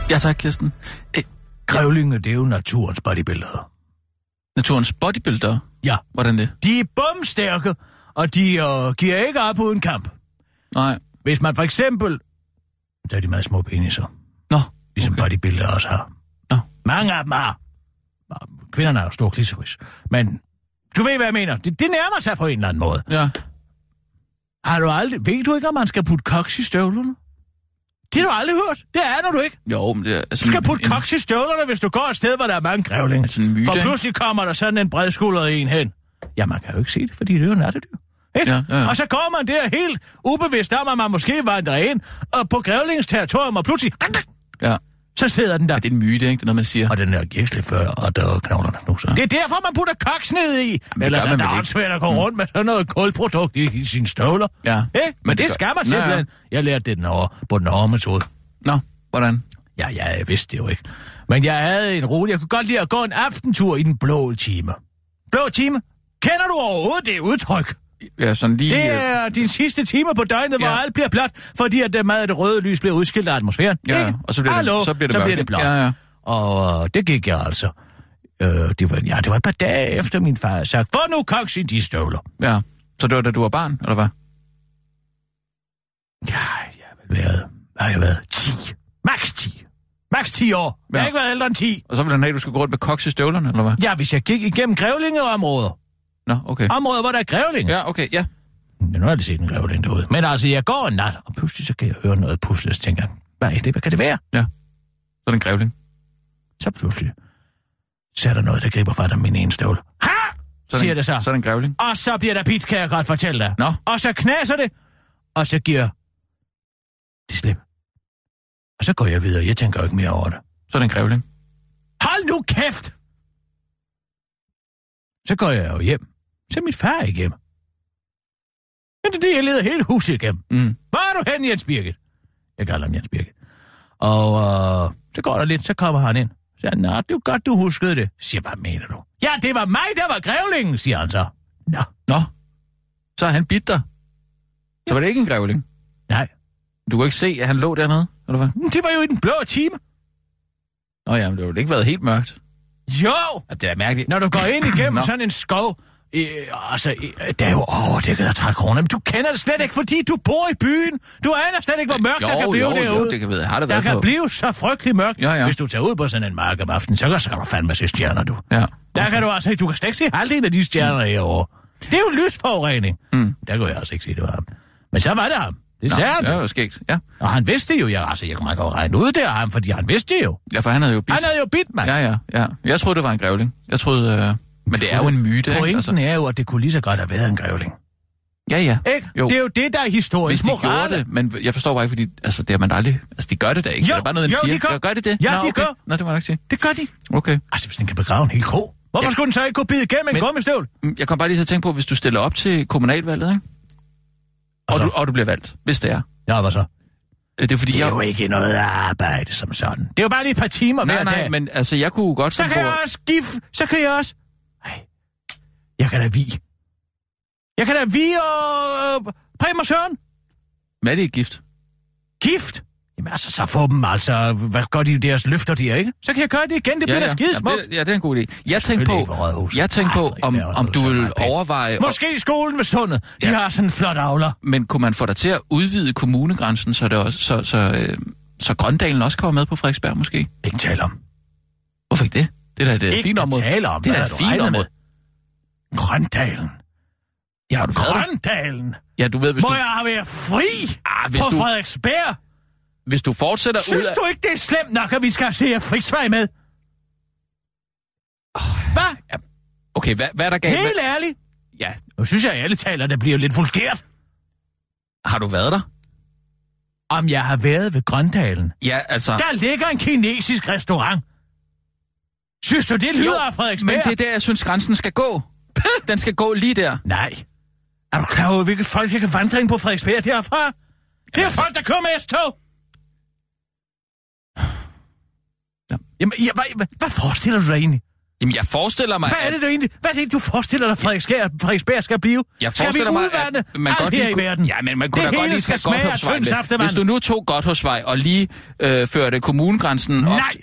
Ja, tak, Kirsten. Æ, Grævlinge, det er jo naturens bodybuildere. Naturens bodybuildere? Ja. Hvordan det? De er bumstærke, og de øh, giver ikke op uden kamp. Nej. Hvis man for eksempel... Så er de meget små peniser. Nå, Ligesom okay. bodybuildere også har. Nå. Mange af dem har. Kvinderne har jo stor klitoris. Men du ved, hvad jeg mener. Det, det nærmer sig på en eller anden måde. Ja. Har du aldrig... Ved du ikke, om man skal putte koks i støvlerne? Det har du aldrig hørt. Det aner du ikke. Jo, men det er... Altså, Du skal putte en, koks i støvlerne, hvis du går et sted, hvor der er mange grævlinge. Altså en myte, For ikke? pludselig kommer der sådan en bredskuldret en hen. Ja, man kan jo ikke se det, fordi det er jo nattedyr. Ikke? Ja, ja, ja. Og så går man der helt ubevidst om, at man måske vandrer ind og på grævlingens territorium, og pludselig... Ja. Så sidder den der. Ja, det er en myte, ikke? Det er noget, man siger. Og den er gæstlig før, og der er knoglerne knuser. Ja. Det er derfor, man putter koks ned i. Jamen, Ellers er man det vel også svært at gå rundt med sådan noget kulprodukt i, i sine støvler. Ja. Ikke? Men, Men det, det skal man simpelthen. Ja, ja. Jeg lærte det den over, på den hårde metode. Nå, hvordan? Ja, ja, jeg vidste det jo ikke. Men jeg havde en rolig... Jeg kunne godt lide at gå en aftentur i den blå time. Blå time? Kender du overhovedet det udtryk? Ja, sådan lige... Det er din sidste time på døgnet, ja. Hvor alt bliver blåt, fordi at det meget af det røde lys bliver udskilt af atmosfæren. Ja, ikke? og så bliver Hallo, det, så bliver det, så mørkt. bliver det blåt. Ja, ja. Og øh, det gik jeg altså. Øh, det var, ja, det var et par dage efter min far havde sagt, få nu koks i de støvler. Ja, så det var da du var barn, eller hvad? Ja, jeg har vel været... Hvad har jeg været? ti. Max ti. Max ti år. Jeg har Ja. ikke været ældre end ti. Og så ville han have, at du skulle gå rundt med koks i støvlerne, eller hvad? Ja, hvis jeg gik igennem grævlingeområder. Nå, okay. Områder, hvor der er grævling. Ja, okay, ja. Jeg har aldrig set en grævling derude. Men altså, jeg går en nat, og pludselig så kan jeg høre noget pusle, så tænker jeg, hvad er det? Hvad kan det være? Ja, så er det en grævling. Så pludselig, så er der noget, der griber fat om min ene støvle. Ha! Så Siger en, det så. Så er det en grævling. Og så bliver der pit, kan jeg godt fortælle dig. Nå. Og så knaser det, og så giver det slip. Og så går jeg videre, jeg tænker jo ikke mere over det. Så er det en grævling. Hold nu kæft! Så går jeg jo hjem. Så er mit far ikke hjem. Men det er det, jeg leder hele huset igennem. Mm. Hvor er du hen, Jens Birgit? Jeg kalder ham Jens Birgit. Og øh, så går der lidt, så kommer han ind. Så siger han, nå, det er godt, du huskede det. Så siger, hvad mener du? Ja, det var mig, der var grævlingen, siger han så. Nå. Nå, så har han bidt dig. Så var det ikke en grævling. Nej. Du kunne ikke se, at han lå dernede, eller hvad? Det var jo i den blå time. Nå ja, men det har jo ikke været helt mørkt. Jo! Ja, det er mærkeligt. Når du går ind igennem Nå. sådan en skov, øh, altså, øh, det er jo overdækket af trækroner, men du kender det slet ikke, fordi du bor i byen. Du aner slet ikke, hvor mørkt jo, der kan blive jo, derude. Jo, det kan, har det der været kan på. blive så frygtelig mørkt, Ja, ja. hvis du tager ud på sådan en mark om aftenen, så kan, så kan du fandme se stjerner, du. Ja. Okay. Der kan du altså ikke, du kan slet ikke se halvdelen af de stjerner herovre. Det er jo lysforurening. Mm. Der kunne jeg altså ikke se, det var ham. Men så var det ham. Det Nå, sagde han. ja, det var skægt, ja. Og han vidste det jo, jeg, altså, jeg kunne ikke regne ud der ham, fordi han vidste det jo. Ja, for han havde jo bidt. Han havde jo bidt mig. Ja, ja, ja. Jeg troede, det var en grævling. Jeg troede... Øh... Men det er jo en myte, ikke? Pointen er jo, at det kunne lige så godt have været en grævling. Ja, ja. Ikke? Jo. Det er jo det, der er historiens Hvis de morale. gjorde det, men jeg forstår bare ikke, fordi altså, det har man aldrig... Altså, de gør det da ikke. Jo, det er bare noget, de jo, siger. de gør. Ja, gør de det? Ja, Nå, de okay. gør. Nå, det må jeg ikke sige. Det gør de. Okay. Altså, hvis den kan begrave en hel ko. Hvorfor ja. skulle den så ikke kunne bide igennem en Men- gummistøvl? Jeg kom bare lige til at tænke på, hvis du stiller op til kommunalvalget, ikke? Og, Og så? du, og du bliver valgt, hvis det er. Ja, hvad så? Det er fordi, Det er jeg... jo ikke noget arbejde som sådan. Det er jo bare lige et par timer Nej, hver nej, dag. men altså, jeg kunne godt... Så finde kan på- jeg også give... Så kan jeg også... Ej. Jeg kan da vi. Jeg kan da vi og... Preben og Søren. Hvad er det, gift? Gift. Jamen altså, så få dem altså... Hvad gør de deres løfter, de er, ikke? Så kan jeg gøre det igen. Det bliver da skidesmukt. Ja, det, ja, det er en god idé. Jeg tænkte Selvfølgelig på, ikke på rådhuset. jeg tænkte Ah, på for om, helvede, om du så vil meget pænt. overveje... Måske i skolen ved Sundet. De Ja. har sådan en flot avler. Men kunne man få dig til at udvide kommunegrænsen, så, det også, så, så, øh, så Grøndalen også kommer med på Frederiksberg, måske? Ikke tale om. Hvorfor ikke det? Det er da et Ikke fint område. tale om. Det er Hvad da har et du fint regnet område. med? Grøndalen. Ja, har du været der? Grøndalen. Ja, du ved, hvis Må du, jeg være fri ah, hvis på du, Frederiksberg? hvis du fortsætter ud Synes af... du ikke, det er slemt nok, at vi skal se Friksvej med? Hvad? Ja. Okay, hvad, hvad er der galt Helt med... ærligt? Ja, Nu synes jeg, at alle taler, det bliver lidt vulgært. har du været der? Om jeg har været ved Grøndalen. Ja, altså... Der ligger en kinesisk restaurant. Synes du, det lyder af Frederiksberg? men det er der, jeg synes, grænsen skal gå. Den skal gå lige der. Nej. Er du klar over, hvilke folk, jeg kan vandre ind på Frederiksberg derfra? Det er altså- folk, der kører med S-tog. Ja. Jamen, ja, hvad, hvad, hvad forestiller du dig egentlig? Jamen, jeg forestiller mig... Hvad er det, du egentlig... Hvad er det, du forestiller dig, Frederiksberg, Frederiksberg skal blive? Jeg skal vi mig, udvande at man alt godt her i kunne... verden? Ja, men man kunne det da godt lige tage Godthåbsvej med. Hvis du nu tog Godthåbsvej og lige øh, førte kommunegrænsen op... Nej!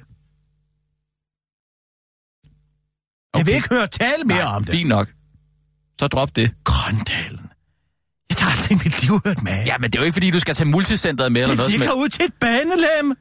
Okay. Jeg vil ikke høre tale mere Nej, om det. Fint nok. Så drop det. Grøndalen. Jeg har aldrig i mit liv hørt med. Ja, men det er jo ikke, fordi du skal tage multicentret med, det eller noget som... Det ligger ud til et banelem.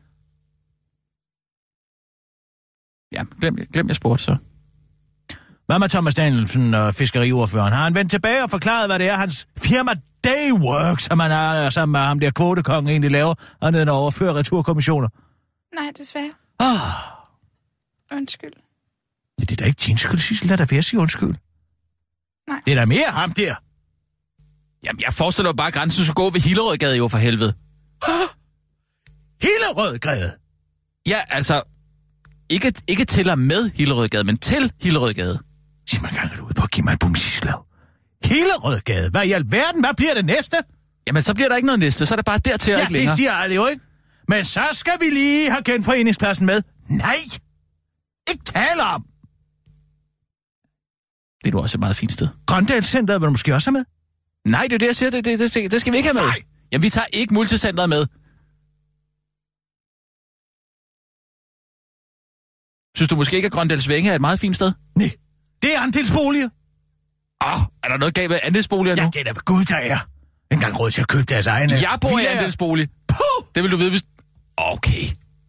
Ja, glem, glem jeg spurgte så. Hvad med Thomas Danielsen og fiskeriordføreren? Har han vendt tilbage og forklaret, hvad det er, hans firma Daywork, som han har sammen med ham der kvotekongen egentlig laver, og neden og overfører returkommissioner? Nej, desværre. Ah. Undskyld. Ja, det er da ikke din skyld, Sissel. Lad da være at sige undskyld. Nej. Det er da mere ham der. Jamen, jeg forestiller mig bare, at grænsen skulle gå ved Hillerødgade jo for helvede. Hillerødgade? Ja, altså... Ikke, ikke til og med Hillerødgade, men til Hillerødgade. Sig mig engang, er du ude på at give mig et bumsislav. Hillerødgade? Hvad i alverden? Hvad bliver det næste? Jamen, så bliver der ikke noget næste. Så er det bare dertil og ja, ikke længere. Ja, det siger alle jo, ikke? Men så skal vi lige have genforeningspladsen med. Nej! Ikke tale om! Det er du også et meget fint sted. Grøndalscenteret vil du måske også have med? Nej, det er det, jeg siger. Det, det, det, det skal vi ikke have med. Nej. Jamen, vi tager ikke multicenteret med. Synes du måske ikke, at Grøndalsvænge er et meget fint sted? Nej, det er andelsboliger. Åh, oh, er der noget galt med andelsboliger ja, nu? Ja, det er da gud, der er. Engang råd til at købe deres egne. Jeg bor i andelsbolig. Puh! Det vil du vide, hvis... Okay.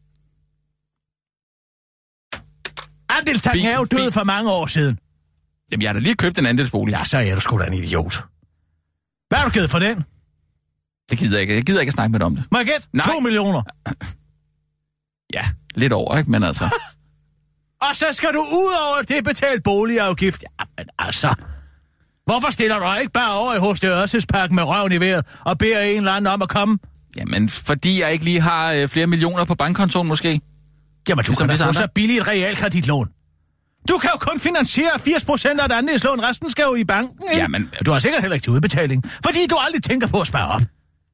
Andelstanken er jo død for mange år siden. Jamen, jeg har da lige købt en andelsbolig. Ja, så er du sgu da en idiot. Hvad har du givet for den? Det gider jeg ikke. Jeg gider ikke at snakke med dig om det. Må jeg gætte? Nej. To millioner. Ja, lidt over, ikke? Men altså... Og så skal du ud over det betale boligafgift. Ja, men altså... Hvorfor stiller du ikke bare over i H C Ørstedsparken med røven i vejret og beder en eller anden om at komme? Jamen, fordi jeg ikke lige har øh, flere millioner på bankkontoen, måske. Jamen, du ligesom kan da få så billigt et realkreditlån. Du kan jo kun finansiere firs procent af et andelslån. Resten skal jo i banken, ikke? Jamen... Du har sikkert heller ikke til udbetaling, fordi du aldrig tænker på at spare op.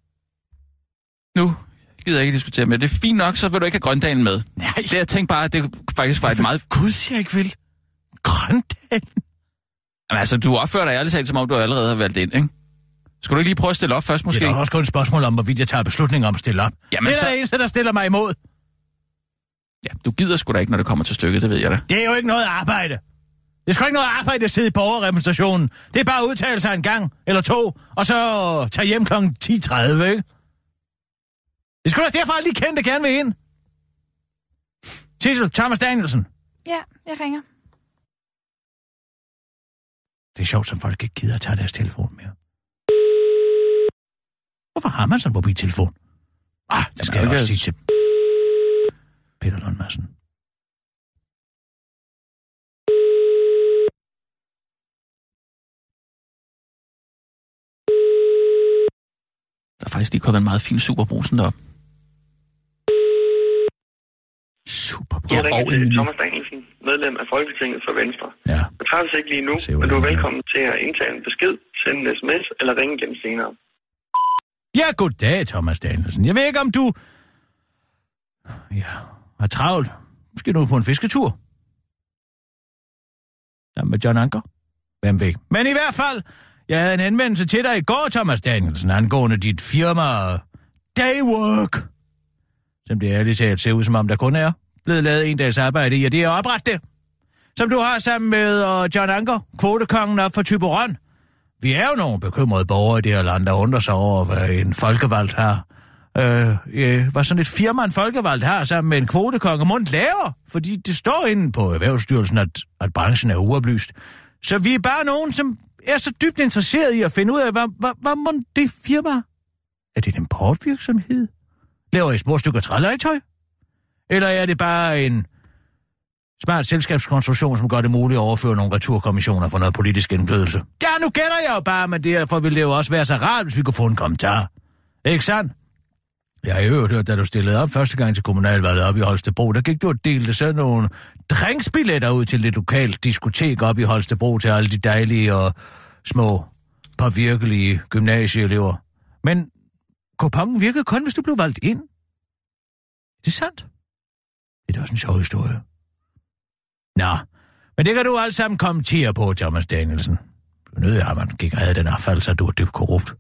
Nu gider jeg ikke diskutere med. Det er fint nok, så vil du ikke have Grøndalen med. Nej. Det jeg tænkte bare, at det faktisk var et meget... Gud, jeg ikke vil. Grøndalen? Jamen altså, du opfører dig ærligt talt, som om du allerede har valgt ind, ikke? Skal du ikke lige prøve at stille op først, måske? Det er også kun et spørgsmål om, hvorvidt jeg tager beslutninger om at stille op. Jamen, det er så... der eneste, der stiller mig imod. Ja, du gider sgu da ikke, når det kommer til stykket, det ved jeg da. Det er jo ikke noget arbejde. Det er sgu ikke noget arbejde at sidde i borgerrepræsentationen. Det er bare at udtale sig en gang eller to, og så tage hjem klokken ti tredive, ikke? Det skulle da derfor lige kendte gerne vil ind. Sissel, Thomas Danielsen. Ja, jeg ringer. Det er sjovt, som folk ikke gider at tage deres telefon mere. Hvorfor har man sådan en mobiltelefon? Ah, det skal Jamen, jeg også sige til Peter Lund Madsen. Der er faktisk lige kommet en meget fin superbrusen derop. Superbrus? Ja, og en... Thomas Danielsen, medlem af Folketinget for Venstre. Ja. Jeg træffes ikke lige nu, Se, men du er velkommen til at indtage en besked, sende en sms eller ringe igen senere. Ja, goddag, Thomas Danielsen. Jeg ved ikke, om du... Ja, er travlt. Måske du på en fisketur? Sammen med John Anker? Hvem ved? Men i hvert fald, jeg havde en henvendelse til dig i går, Thomas Danielsen, angående dit firma Daywork. Som det ærligt talt ser ud, som om der kun er blevet lavet en dags arbejde i, og det er opret det. Som du har sammen med uh, John Anker, kvotekongen op for Thyborøn. Vi er jo nogle bekymrede borgere i det her land, der undrer sig over, hvad en folkevalgt har. Øh, øh, hvad sådan et firma, en folkevalgt har, sammen med en kvotekonge, mundt laver. Fordi det står inde på Erhvervsstyrelsen, at, at branchen er uoplyst. Så vi er bare nogen, som er så dybt interesseret i at finde ud af, hvad, hvad, hvad må det firma? Er det en importvirksomhed? Laver I små stykker trælegetøj? Eller er det bare en smart selskabskonstruktion, som gør det muligt at overføre nogle returkommissioner for noget politisk indflydelse? Ja, nu gætter jeg jo bare, men derfor ville det jo også være så rart, hvis vi kunne få en kommentar. Ikke sandt? Jeg har jo hørt, da du stillede op første gang til kommunalvalget op i Holstebro, der gik du og delte sådan nogle drinksbilletter ud til et lokalt diskotek op i Holstebro til alle de dejlige og små, påvirkelige gymnasieelever. Men kuponen virkede kun, hvis du blev valgt ind. Det er sandt. Det er da også en sjov historie. Nå, Men det kan du alt sammen kommentere på, Thomas Danielsen. Du er nødt til, at man gik og havde den affald, så du er dybt korrupt.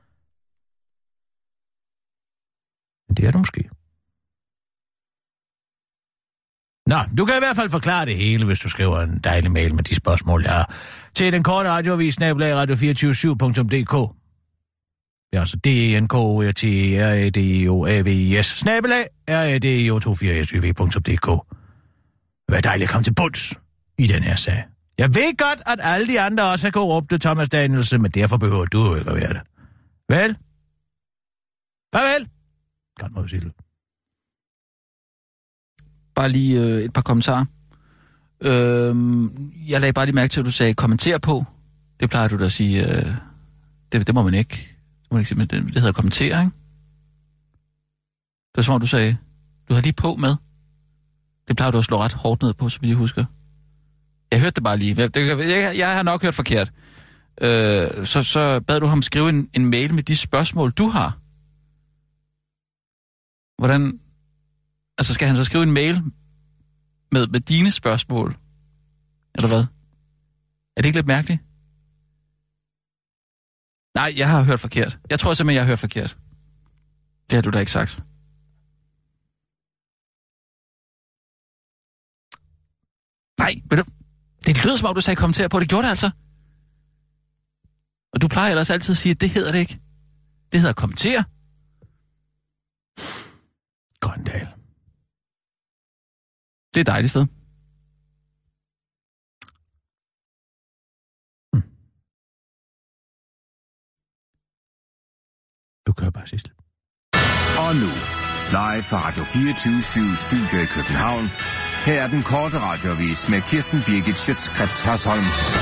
Men det er du måske. Nå, du kan i hvert fald forklare det hele, hvis du skriver en dejlig mail med de spørgsmål, jeg har. Til den korte radioavis, snabel-a radio to fire syv punktum d k. Det er altså D E N K O R T E R A D E O A V I S, snabel-a R A D E O to fire syv punktum d k. Det var dejligt at komme til bunds i den her sag. Jeg ved godt, at alle de andre også er korrupte, Thomas Danielsen, men derfor behøver du jo ikke at være det. Vel? Farvel? Godt måde, Sissel. Bare lige øh, et par kommentarer. Øh, jeg lagde bare lige mærke til, at du sagde kommenter på. Det plejer du da at sige. Øh, det, det må man ikke. Det, må man ikke sige, men det, det hedder kommentere, ikke? Det var som om, du sagde, du har lige på med. Det plejer du at slå ret hårdt ned på, så vidt jeg husker. Jeg hørte det bare lige. Jeg, jeg, jeg har nok hørt forkert. Øh, så, så bad du ham skrive en, en mail med de spørgsmål, du har. Hvordan... Altså, skal han så skrive en mail med, med dine spørgsmål? Eller hvad? Er det ikke lidt mærkeligt? Nej, jeg har hørt forkert. Jeg tror simpelthen, jeg har hørt forkert. Det har du da ikke sagt. Nej, ved du... Det lyder som om, du sagde kommentere på. Det gjorde det altså. Og du plejer ellers altid at sige, at det hedder det ikke. Det hedder kommentere. Grøndal. Det er et dejligt sted. Hmm. Du kører bare sidst. Og nu, live fra Radio fireogtyve syv Studio i København. Her er den korte radioavis med Kirsten Birgit Schøtz-Krets Hørsholm.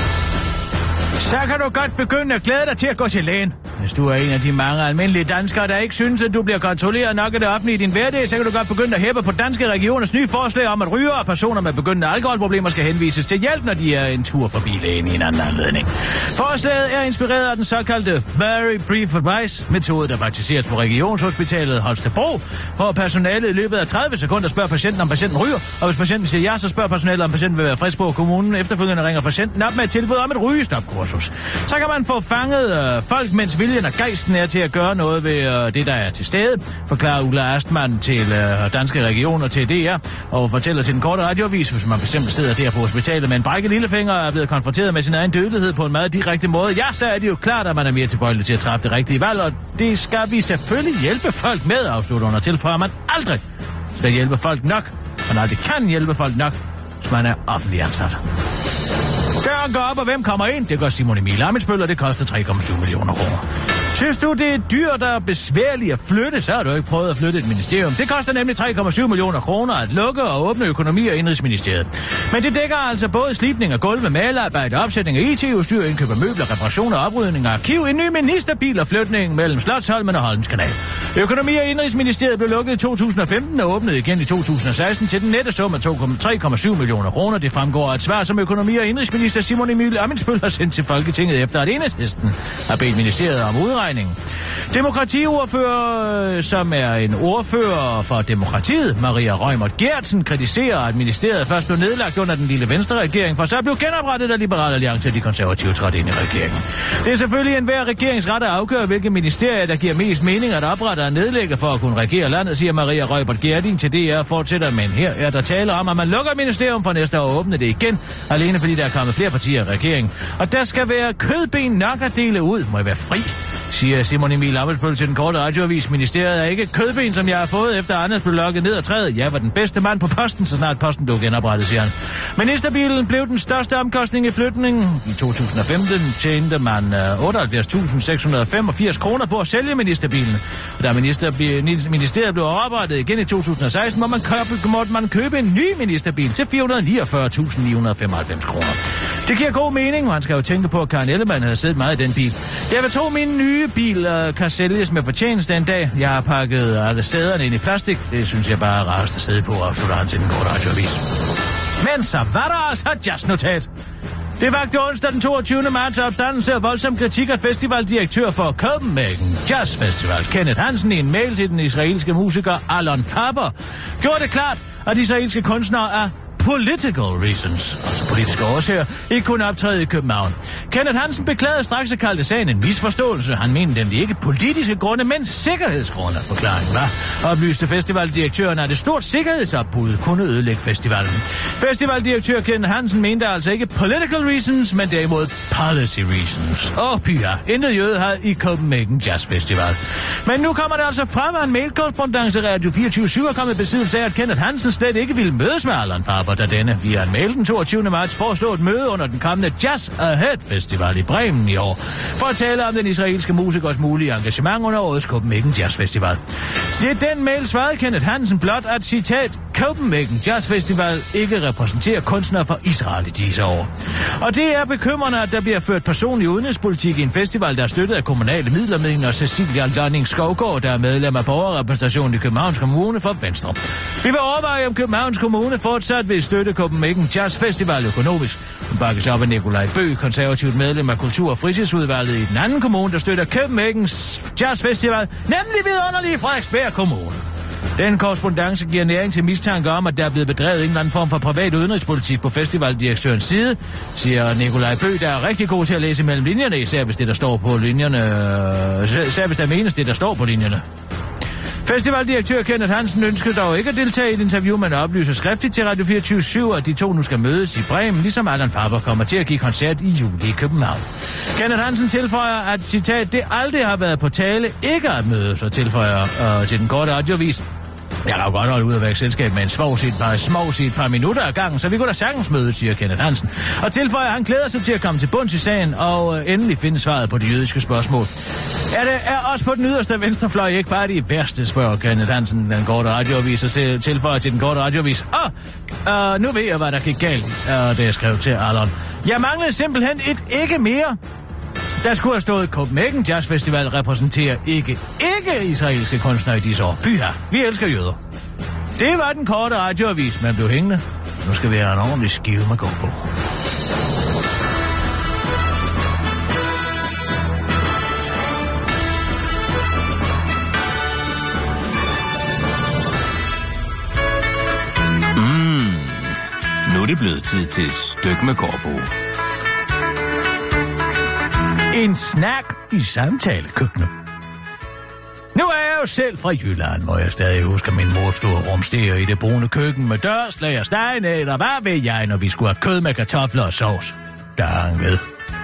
Så kan du godt begynde at glæde dig til at gå til lægen. Hvis du er en af de mange almindelige danskere, der ikke synes, at du bliver kontrolleret nok af det offentlige i din hverdag, så kan du godt begynde at hæppe på Danske Regioners nye forslag om, at rygere og personer med begyndende alkoholproblemer skal henvises til hjælp, når de er en tur forbi lægen i en anden anledning. Forslaget er inspireret af den såkaldte Very Brief Advice-metode, der praktiseres på Regionshospitalet Holstebro, hvor personalet i løbet af tredive sekunder spørger patienten, om patienten ryger, og hvis patienten siger ja, så spørger personalet, om patienten vil være frisk på kommunen. Efterfølgende ringer patienten op med et tilbud om et rygestopkursus. Så kan man få fanget øh, folk, mens viljen og gejsten er til at gøre noget ved øh, det, der er til stede, forklarer Ulla Astmann til øh, Danske Regioner til D R, og fortæller til den korte radioavis, hvis man for eksempel sidder der på hospitalet med en brækket lillefinger og er blevet konfronteret med sin egen dødelighed på en meget direkte måde. Ja, så er det jo klart, at man er mere tilbøjelig til at træffe det rigtige valg, og det skal vi selvfølgelig hjælpe folk med, afslutter under til, for at man aldrig skal hjælpe folk nok, og aldrig kan hjælpe folk nok, hvis man er offentlig ansat. Døren går op, og hvem kommer ind? Det gør Simon Emil Amitsbøll, og det koster tre komma syv millioner kroner. Synes du, det er dyrt og besværligt at flytte, så har du ikke prøvet at flytte et ministerium. Det koster nemlig tre komma syv millioner kroner at lukke og åbne økonomi- og indrigsministeriet. Men det dækker altså både slibning af gulve, malerarbejde, opsætning af I T-udstyr, indkøb af møbler, reparationer, oprydning af arkiv, en ny ministerbil og flytning mellem Slotsholmen og Holmens Kanal. Økonomi- og indrigsministeriet blev lukket i to tusind og femten og åbnede igen i to tusind og seksten til den nette sum af tre komma syv millioner kroner. Det fremgår af et svar, som økonomi- og indrigsminister Simon Emil Amitsbøll har sendt til Folketinget efter at Enhedslisten har bedt ministeriet om udregning. Demokratiordfører, som er en ordfører for demokratiet, Maria Reumert Gertsen, kritiserer, at ministeriet først blev nedlagt under den lille Venstre-regering, for så blev genoprettet af Liberal Alliance og de konservative trådte ind i regeringen. Det er selvfølgelig enhver regeringsret at afgøre, hvilke ministerier, der giver mest mening at oprette og nedlægge for at kunne regere landet, siger Maria Reumert Gertsen til D R, fortsætter, men her er der tale om, at man lukker ministerium for næste år og åbner det igen, alene fordi der er kommet flere partier i regeringen. Og der skal være kødben nok at dele ud, må jeg være fri, siger Simon Emil Amitsbøll til den korte radioavis. Ministeriet er ikke kødben, som jeg har fået, efter Anders blev lukket ned ad træet. Jeg var den bedste mand på posten, så snart posten blev genoprettet, siger han. Ministerbilen blev den største omkostning i flytningen. I to tusind og femten tjente man otteoghalvfjerds tusind seks hundrede og femogfirs kroner på at sælge ministerbilen. Og da minister, ministeriet blev oprettet igen i to tusind og seksten, må man købe, måtte man købe en ny ministerbil til fire hundrede og niogfyrre tusind ni hundrede og femoghalvfems kroner. Det giver god mening, man skal jo tænke på, at Karen Ellemann havde siddet meget i den bil. Jeg vil tro, min nye bil uh, kan sælges med fortjeneste en dag. Jeg har pakket alle sæderne ind i plastik. Det synes jeg bare er rarest at sidde på, afslutter han til den korte radioavis. Men så var der altså et jazznotat. Det vagte onsdag den toogtyvende marts opstandelse og voldsom kritik af festivaldirektør for Copenhagen Jazz Festival, Kenneth Hansen, i en mail til den israelske musiker Alon Faber, gjorde det klart, at israelske kunstnere er political reasons, altså politiske årsager, ikke kunne optræde i København. Kenneth Hansen beklagede straks at kalde sagen en misforståelse. Han mente nemlig ikke politiske grunde, men sikkerhedsgrunde, forklaringen var. Oplyste festivaldirektøren, at et stort sikkerhedsopbud kunne ødelægge festivalen. Festivaldirektør Kenneth Hansen mente altså ikke political reasons, men derimod policy reasons. Åh, pyha, intet jøde havde i Copenhagen Jazz Festival. Men nu kommer det altså frem, at en mailkorrespondance Radio fireogtyve syv er kommet i besiddelse af, at Kenneth Hansen slet ikke ville mødes med Allan Faber, da denne via en mail den toogtyvende marts foreslog et møde under den kommende Jazz Ahead Festival i Bremen i år, for at tale om den israelske musikers mulige engagement under årets Copenhagen Jazz Festival. Til den mail svarede Kenneth Hansen blot, at citat, Copenhagen Jazz Festival ikke repræsenterer kunstnere fra Israel i disse år. Og det er bekymrende, at der bliver ført personlig udenrigspolitik i en festival, der er støttet af kommunale midler, mener Cecilia Lønning Skovgaard, der er medlem af borgerrepræsentationen i Københavns Kommune for Venstre. Vi vil overveje, om Københavns Kommune fortsat vil støtte Copenhagen Jazz Festival økonomisk. Den bakkes op af Nikolaj Bøgh, konservativt medlem af Kultur- og Fritidsudvalget i den anden kommune, der støtter Copenhagen Jazz Festival, nemlig vidunderlige Frederiksberg Kommune. Den korrespondance giver næring til mistanke om, at der er blevet bedrevet en eller anden form for privat udenrigspolitik på festivaldirektørens side, siger Nikolaj Bøgh, der er rigtig god til at læse mellem linjerne, især hvis det, der står på linjerne, især hvis der menes det, der står på linjerne. Festivaldirektør Kenneth Hansen ønskede dog ikke at deltage i et interview, men oplyser skriftligt til Radio fireogtyve syv, at de to nu skal mødes i Bremen, ligesom Allan Faber kommer til at give koncert i juli i København. Kenneth Hansen tilføjer, at citat, det aldrig har været på tale ikke at mødes, og tilføjer øh, til den korte radiovis. Jeg kan jo godt holde ud at være i selskab med en svovs i et par smovs i et par minutter ad gangen, så vi kunne da sagtens møde, siger Kenneth Hansen. Og tilføjer, at han glæder sig til at komme til bunds i sagen og øh, endelig finde svaret på de jødiske spørgsmål. Er det er også på den yderste venstrefløj ikke bare de værste, spørger Kenneth Hansen, den korte radioavis, og tilføjer til den korte radioavis. Åh, øh, nu ved jeg, hvad der gik galt, øh, det jeg skrev til Allan. Jeg manglede simpelthen et ikke mere. Der skulle have stået Copenhagen Jazz Festival repræsenterer ikke, ikke israelske kunstnere i disse år. Pyha, vi elsker jøder. Det var den korte radioavis, man blev hængende. Nu skal vi have en ordentlig skive med gå på. Mm, nu er det blevet tid til et stykke med gå på. En snak i samtalekøkkenet. Nu er jeg jo selv fra Jylland, hvor jeg stadig husker min mor stod og rumstere i det brune køkken med dørslag og stegnæt, og hvad ved jeg, når vi skulle have kød med kartofler og sovs. Der hang ved.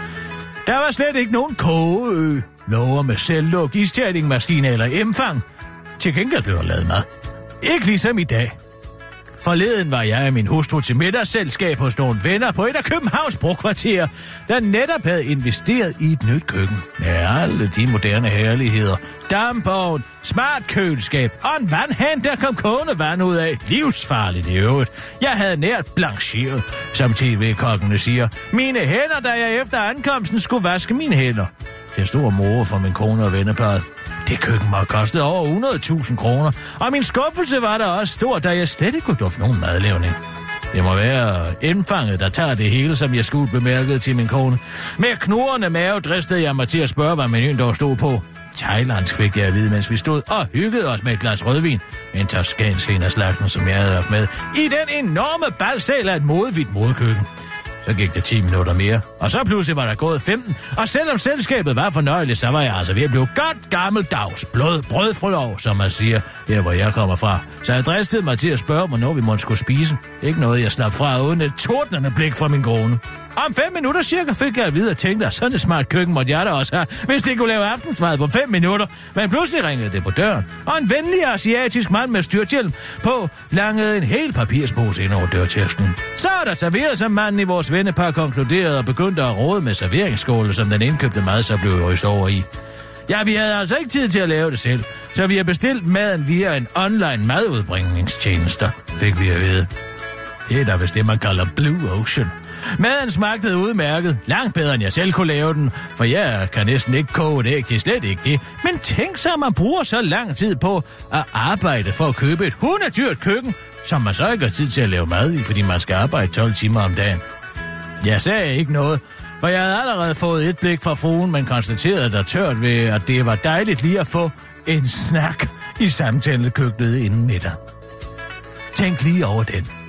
Der var slet ikke nogen kogeø, lover med selvluk, istjerningmaskine eller emfang. Til gengæld blev der lavet mad. Ikke ligesom i dag. Forleden var jeg og min hustru til middagsselskab hos nogle venner på et af Københavns brokvarterer, der netop havde investeret i et nyt køkken. Med alle de moderne herligheder. Dampovn, smart køleskab og en vandhane, der kom kogende vand ud af. Livsfarligt i øvrigt. Jeg havde nært blancheret, som tv-kokkene siger. Mine hænder, da jeg efter ankomsten skulle vaske mine hænder. Til stor mor for min kone og venneparret. Det køkken var kostet over hundrede tusind kroner, og min skuffelse var der også stor, da jeg slet ikke kunne dufte nogen madlavning. Det må være indfanget, der tager det hele, som jeg skulle bemærke til min kone. Med knurrende mave dristede jeg mig til at spørge, hvad menuen dog stod på. Thailandsk fik jeg at vide, mens vi stod og hyggede os med et glas rødvin. En toskansk en af slagten, som jeg havde haft med. I den enorme balsal af et modhvidt modkøkken. Så gik det ti minutter mere, og så pludselig var der gået femten, og selvom selskabet var fornøjeligt, så var jeg altså ved at blive godt gammeldags blød brødfrølov, som man siger, der hvor jeg kommer fra. Så jeg dristede mig til at spørge, hvornår vi måtte skulle spise. Ikke noget, jeg slap fra uden et tordnende blik fra min kone. Om fem minutter cirka fik jeg at vide og tænkte, at sådan et smart køkken måtte jeg da også have, hvis det kunne lave aftensmad på fem minutter. Men pludselig ringede det på døren, og en venlig asiatisk mand med styrthjelm på langede en hel papirspose ind over dørtærsklen. Så er der serveret, som manden i vores vennepar konkluderede og begyndte at råde med serveringsskåle, som den indkøbte mad så blev ryst over i. Ja, vi havde altså ikke tid til at lave det selv, så vi har bestilt maden via en online madudbringningstjeneste, fik vi at vide. Det er da vist det, man kalder Blue Ocean. Maden smagte udmærket, langt bedre end jeg selv kunne lave den, for jeg kan næsten ikke koge et æg, det er slet ikke det. Men tænk så, at man bruger så lang tid på at arbejde for at købe et hundedyrt køkken, som man så ikke har tid til at lave mad i, fordi man skal arbejde tolv timer om dagen. Jeg sagde ikke noget, for jeg havde allerede fået et blik fra fruen, men konstaterede der tørt ved, at det var dejligt lige at få en snak i samtalekøkkenet inden middag. Tænk lige over den.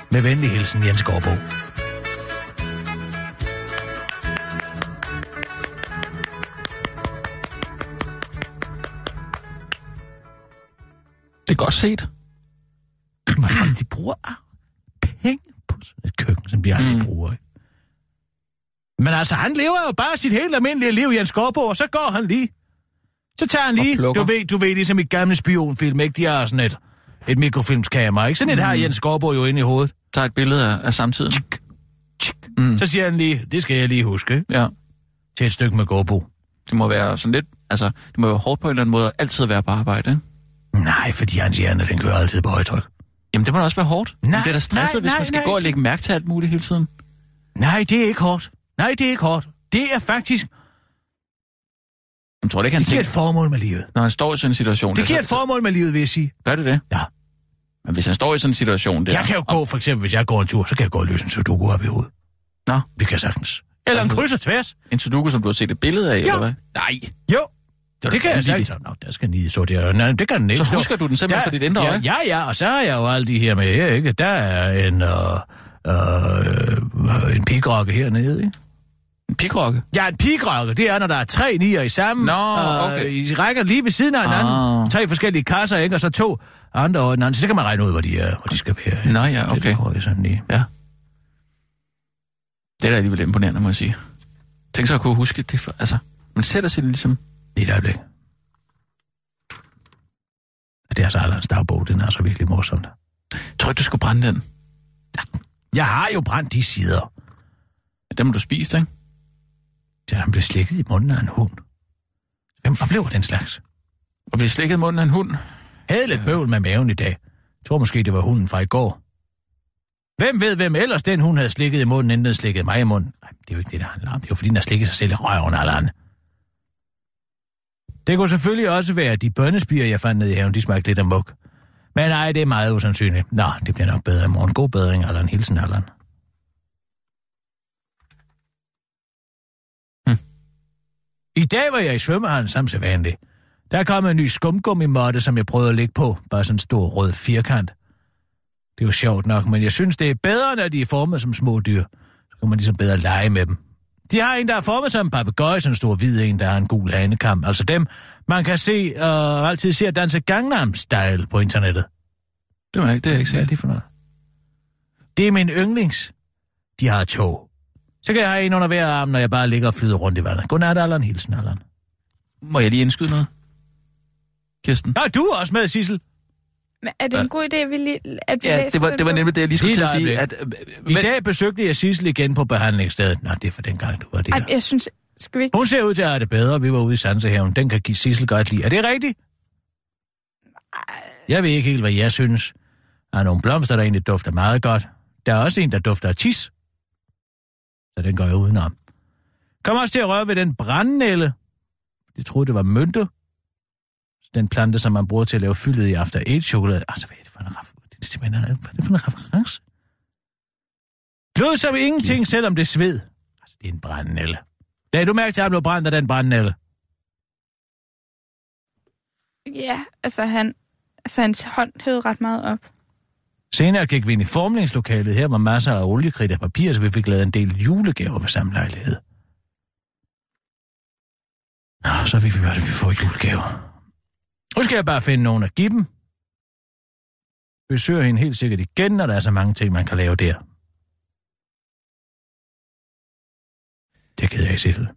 Med venlig hilsen, Jens Gårdbo. Det er godt set. Man, de bruger penge på sådan et køkken, som de aldrig mm. bruger. Ikke? Men altså, han lever jo bare sit helt almindelige liv, Jens Gårdbo, og så går han lige. Så tager han lige, du ved, du ved, ligesom i gamle spionfilm, ikke? De har sådan et, et mikrofilmskamera, ikke? Sådan et mm. har Jens Gårdbo jo inde i hovedet. Tager et billede af, af samtiden. Tsk, tsk. Mm. Så siger han lige, det skal jeg lige huske. Ja. Til et stykke med Gårdbo. Det må være sådan lidt, altså, det må være hårdt på en eller anden måde, at altid være på arbejde, ikke? Nej, fordi hans hjerne, den kører altid på højtryk. Jamen, det må da også være hårdt. Nej, det bliver da stresset, nej, hvis nej, man skal nej, gå og lægge mærke til alt muligt hele tiden. Nej, det er ikke hårdt. Nej, det er ikke hårdt. Det er faktisk... Jeg tror, det kan det giver et formål med livet. Når han står i sådan en situation... Det giver et formål med livet, vil jeg sige. Gør det det? Ja. Men hvis han står i sådan en situation... Der, jeg kan jo gå, for eksempel, hvis jeg går en tur, så kan jeg gå og løse en sudoku op i hovedet. Nå. Det kan jeg sagtens. Eller en kryds og tværs. En sudoku, som du har set et billede af, jo. eller hvad? Nej. Jo. Det, det kan jeg sagtens. Nå, der skal nide så der. Nej, det kan den ikke. Så husker du den simpelthen der, for dit indre øje? Ja, ja, ja, og så har jeg jo alle de her med her, ikke? Der er en, øh, øh, en pigrokke hernede, ikke? En pigrokke? Ja, en pigrokke. Det er, når der er tre nier i sammen. Nå, okay. Øh, I rækker lige ved siden af hinanden. Ah. Tre forskellige kasser, ikke? Og så to andre over hinanden. Så kan man regne ud, hvor de, er, hvor de skal være. Ikke? Nå ja, okay. Det går sådan lige. Ja. Det er da alligevel imponerende, må jeg sige. Tænk så at kunne huske det. For, altså, man sætter sig ligesom... I et øjeblik. Det er altså Allands dagbog. Den er så virkelig morsomt. Tror ikke, du skulle brænde den? Jeg har jo brændt de sider. Ja, dem må du spise, ikke? Ja, han blev slikket i munden af en hund. Hvem oplever den slags? Og blev slikket i munden af en hund? Havde lidt bøvl med maven i dag. Jeg tror måske, det var hunden fra i går. Hvem ved, hvem ellers den hund havde slikket i munden, inden den slikkede mig i munden? Nej, det er jo ikke det, der handler om. Det er jo fordi, den har slikket sig selv i røven eller andet. Det kunne selvfølgelig også være, at de bønnespirer, jeg fandt ned i haven, de smagte lidt af muk. Men nej, det er meget usandsynligt. Nå, det bliver nok bedre i morgen. God bedring, eller en hilsen, Allan. Hm. I dag var jeg i svømmehallen som sædvanligt. Der kom en ny skumgummimåtte, som jeg prøvede at lægge på. Bare sådan en stor rød firkant. Det er jo sjovt nok, men jeg synes, det er bedre, når de er formet som små dyr. Så kan man ligesom bedre lege med dem. De har en, der er formet som en papegøje, sådan en stor hvid en, der har en gul hanekam. Altså dem, man kan se og uh, altid se at danse Gangnam Style på internettet. Det var ikke, det er ikke Hvad er det for noget? Det er min yndlings. De har tog. Så kan jeg have en under hver arm, når jeg bare ligger og flyder rundt i vandet. Godnat, Allan. Hilsen, Allan. Må jeg lige indskyde noget? Kirsten? Nej, du er også med, Sissel. Men er det en god idé, at vi, lige, at vi ja, læser det var, det var nemlig det, jeg lige skulle til at sige. At, øh, men... I dag besøgte jeg Sissel igen på behandlingsstedet. Nå, det er for den gang, du var der. Ej, jeg synes... Skal vi ikke... Hun ser ud til at have det bedre. Vi var ude i Sansehaven. Den kan give Sissel godt lide. Er det rigtigt? Jeg ved ikke helt, hvad jeg synes. Der er nogle blomster, der egentlig dufter meget godt. Der er også en, der dufter af tis. Så den går jeg udenom. Kom også til at røre ved den brandnælle. Jeg troede, det var mynte. Den plante, som man bruger til at lave fyldet i After Eight-chokolade. Altså, hvad er det for en reference? Det er simpelthen, hvad er det for en reference? Blod som ingenting, Kirsten. Selvom det er sved. Altså, det er en brandnælle. Lad du mærke til, at han blev brændt af den brandnælle? Ja, altså, han, altså hans hånd hævede ret meget op. Senere gik vi ind i formningslokalet. Her var masser af oliekridt og papir, så vi fik lavet en del julegaver ved samme lejlighed. Nå, så fik vi, hvad det, vi får i julegaver. Nu skal jeg bare finde nogen at give dem. Besøger hende helt sikkert igen, når der er så mange ting, man kan lave der. Det gider jeg ikke selv.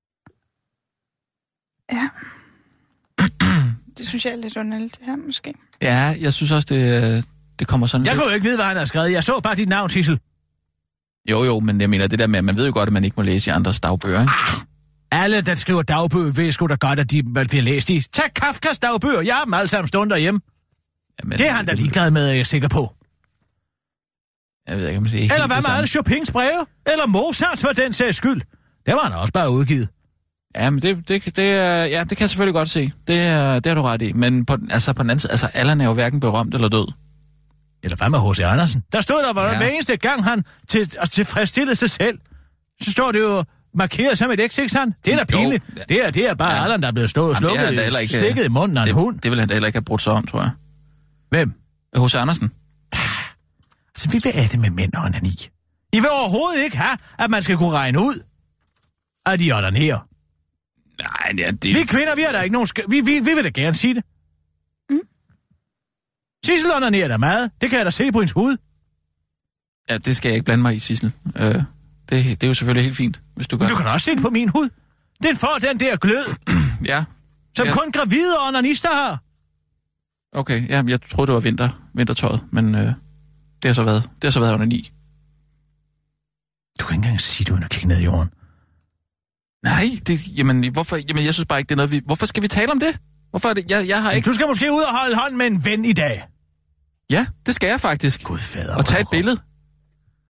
Ja. Det synes jeg er lidt underligt, det her måske. Ja, jeg synes også, det, det kommer sådan Jeg lidt... kunne jo ikke vide, hvad han har skrevet. Jeg så bare dit navn, Sissel. Jo, jo, men jeg mener det der med, man ved jo godt, at man ikke må læse i andres dagbøger, ikke? Ah, alle, der skriver dagbøger, ved sgu da godt, at de bliver læst i. Tag Kafkas dagbøger. Jeg har dem alle sammen stående derhjemme. Jamen, det er han da ligeglad med, er jeg sikker på. Jeg ved ikke, om det er helt Eller hvad med alle Chopins breve? Eller Mozart for den sags skyld? Det var han også bare udgivet. Ja, men det, det, det, ja, det kan jeg selvfølgelig godt se. Det, det har du ret i. Men på, altså, på den anden side, altså, Allan er jo hverken berømt eller død. Eller hvad med H C Andersen? Der stod der, hvor ja. hver eneste gang han til, tilfredsstillede sig selv, så står det jo markeret som et X, ikke sandt? Det er da pinligt. Jo, ja. det, er, det er bare ja. Allan, der er blevet stået og slukket, ikke, slikket i munden af en det, hund. Det vil han da heller ikke have brudt sig om, tror jeg. Hvem? H C Andersen. Altså, vi vil af det med mænd og onani. I vil overhovedet ikke have, at man skal kunne regne ud, at de onanerer. Nej, det er det. Vi kvinder, vi har da ikke nogen... Sk- vi, vi, vi vil da gerne sige det. Mm. Sissel onanerer da meget. Det kan jeg da se på hendes hud. Ja, det skal jeg ikke blande mig i, Sissel. Øh, det, det er jo selvfølgelig helt fint, hvis du gør. Du kan også se det på min hud. Den får den der glød. Ja. Som ja. kun gravide og onanister har. Okay, ja, jeg troede, det var vinter, vintertøjet, men øh, det har så været, det har så været onani. Du kan ikke engang sige, du er kigge ned i jorden. Nej, det, jamen, hvorfor, jamen, jeg synes bare ikke, det er noget, vi... Hvorfor skal vi tale om det? Hvorfor er det? Jeg, jeg har ikke... Du skal måske ud og holde hånd med en ven i dag. Ja, det skal jeg faktisk. Gud fader. Og tage et billede.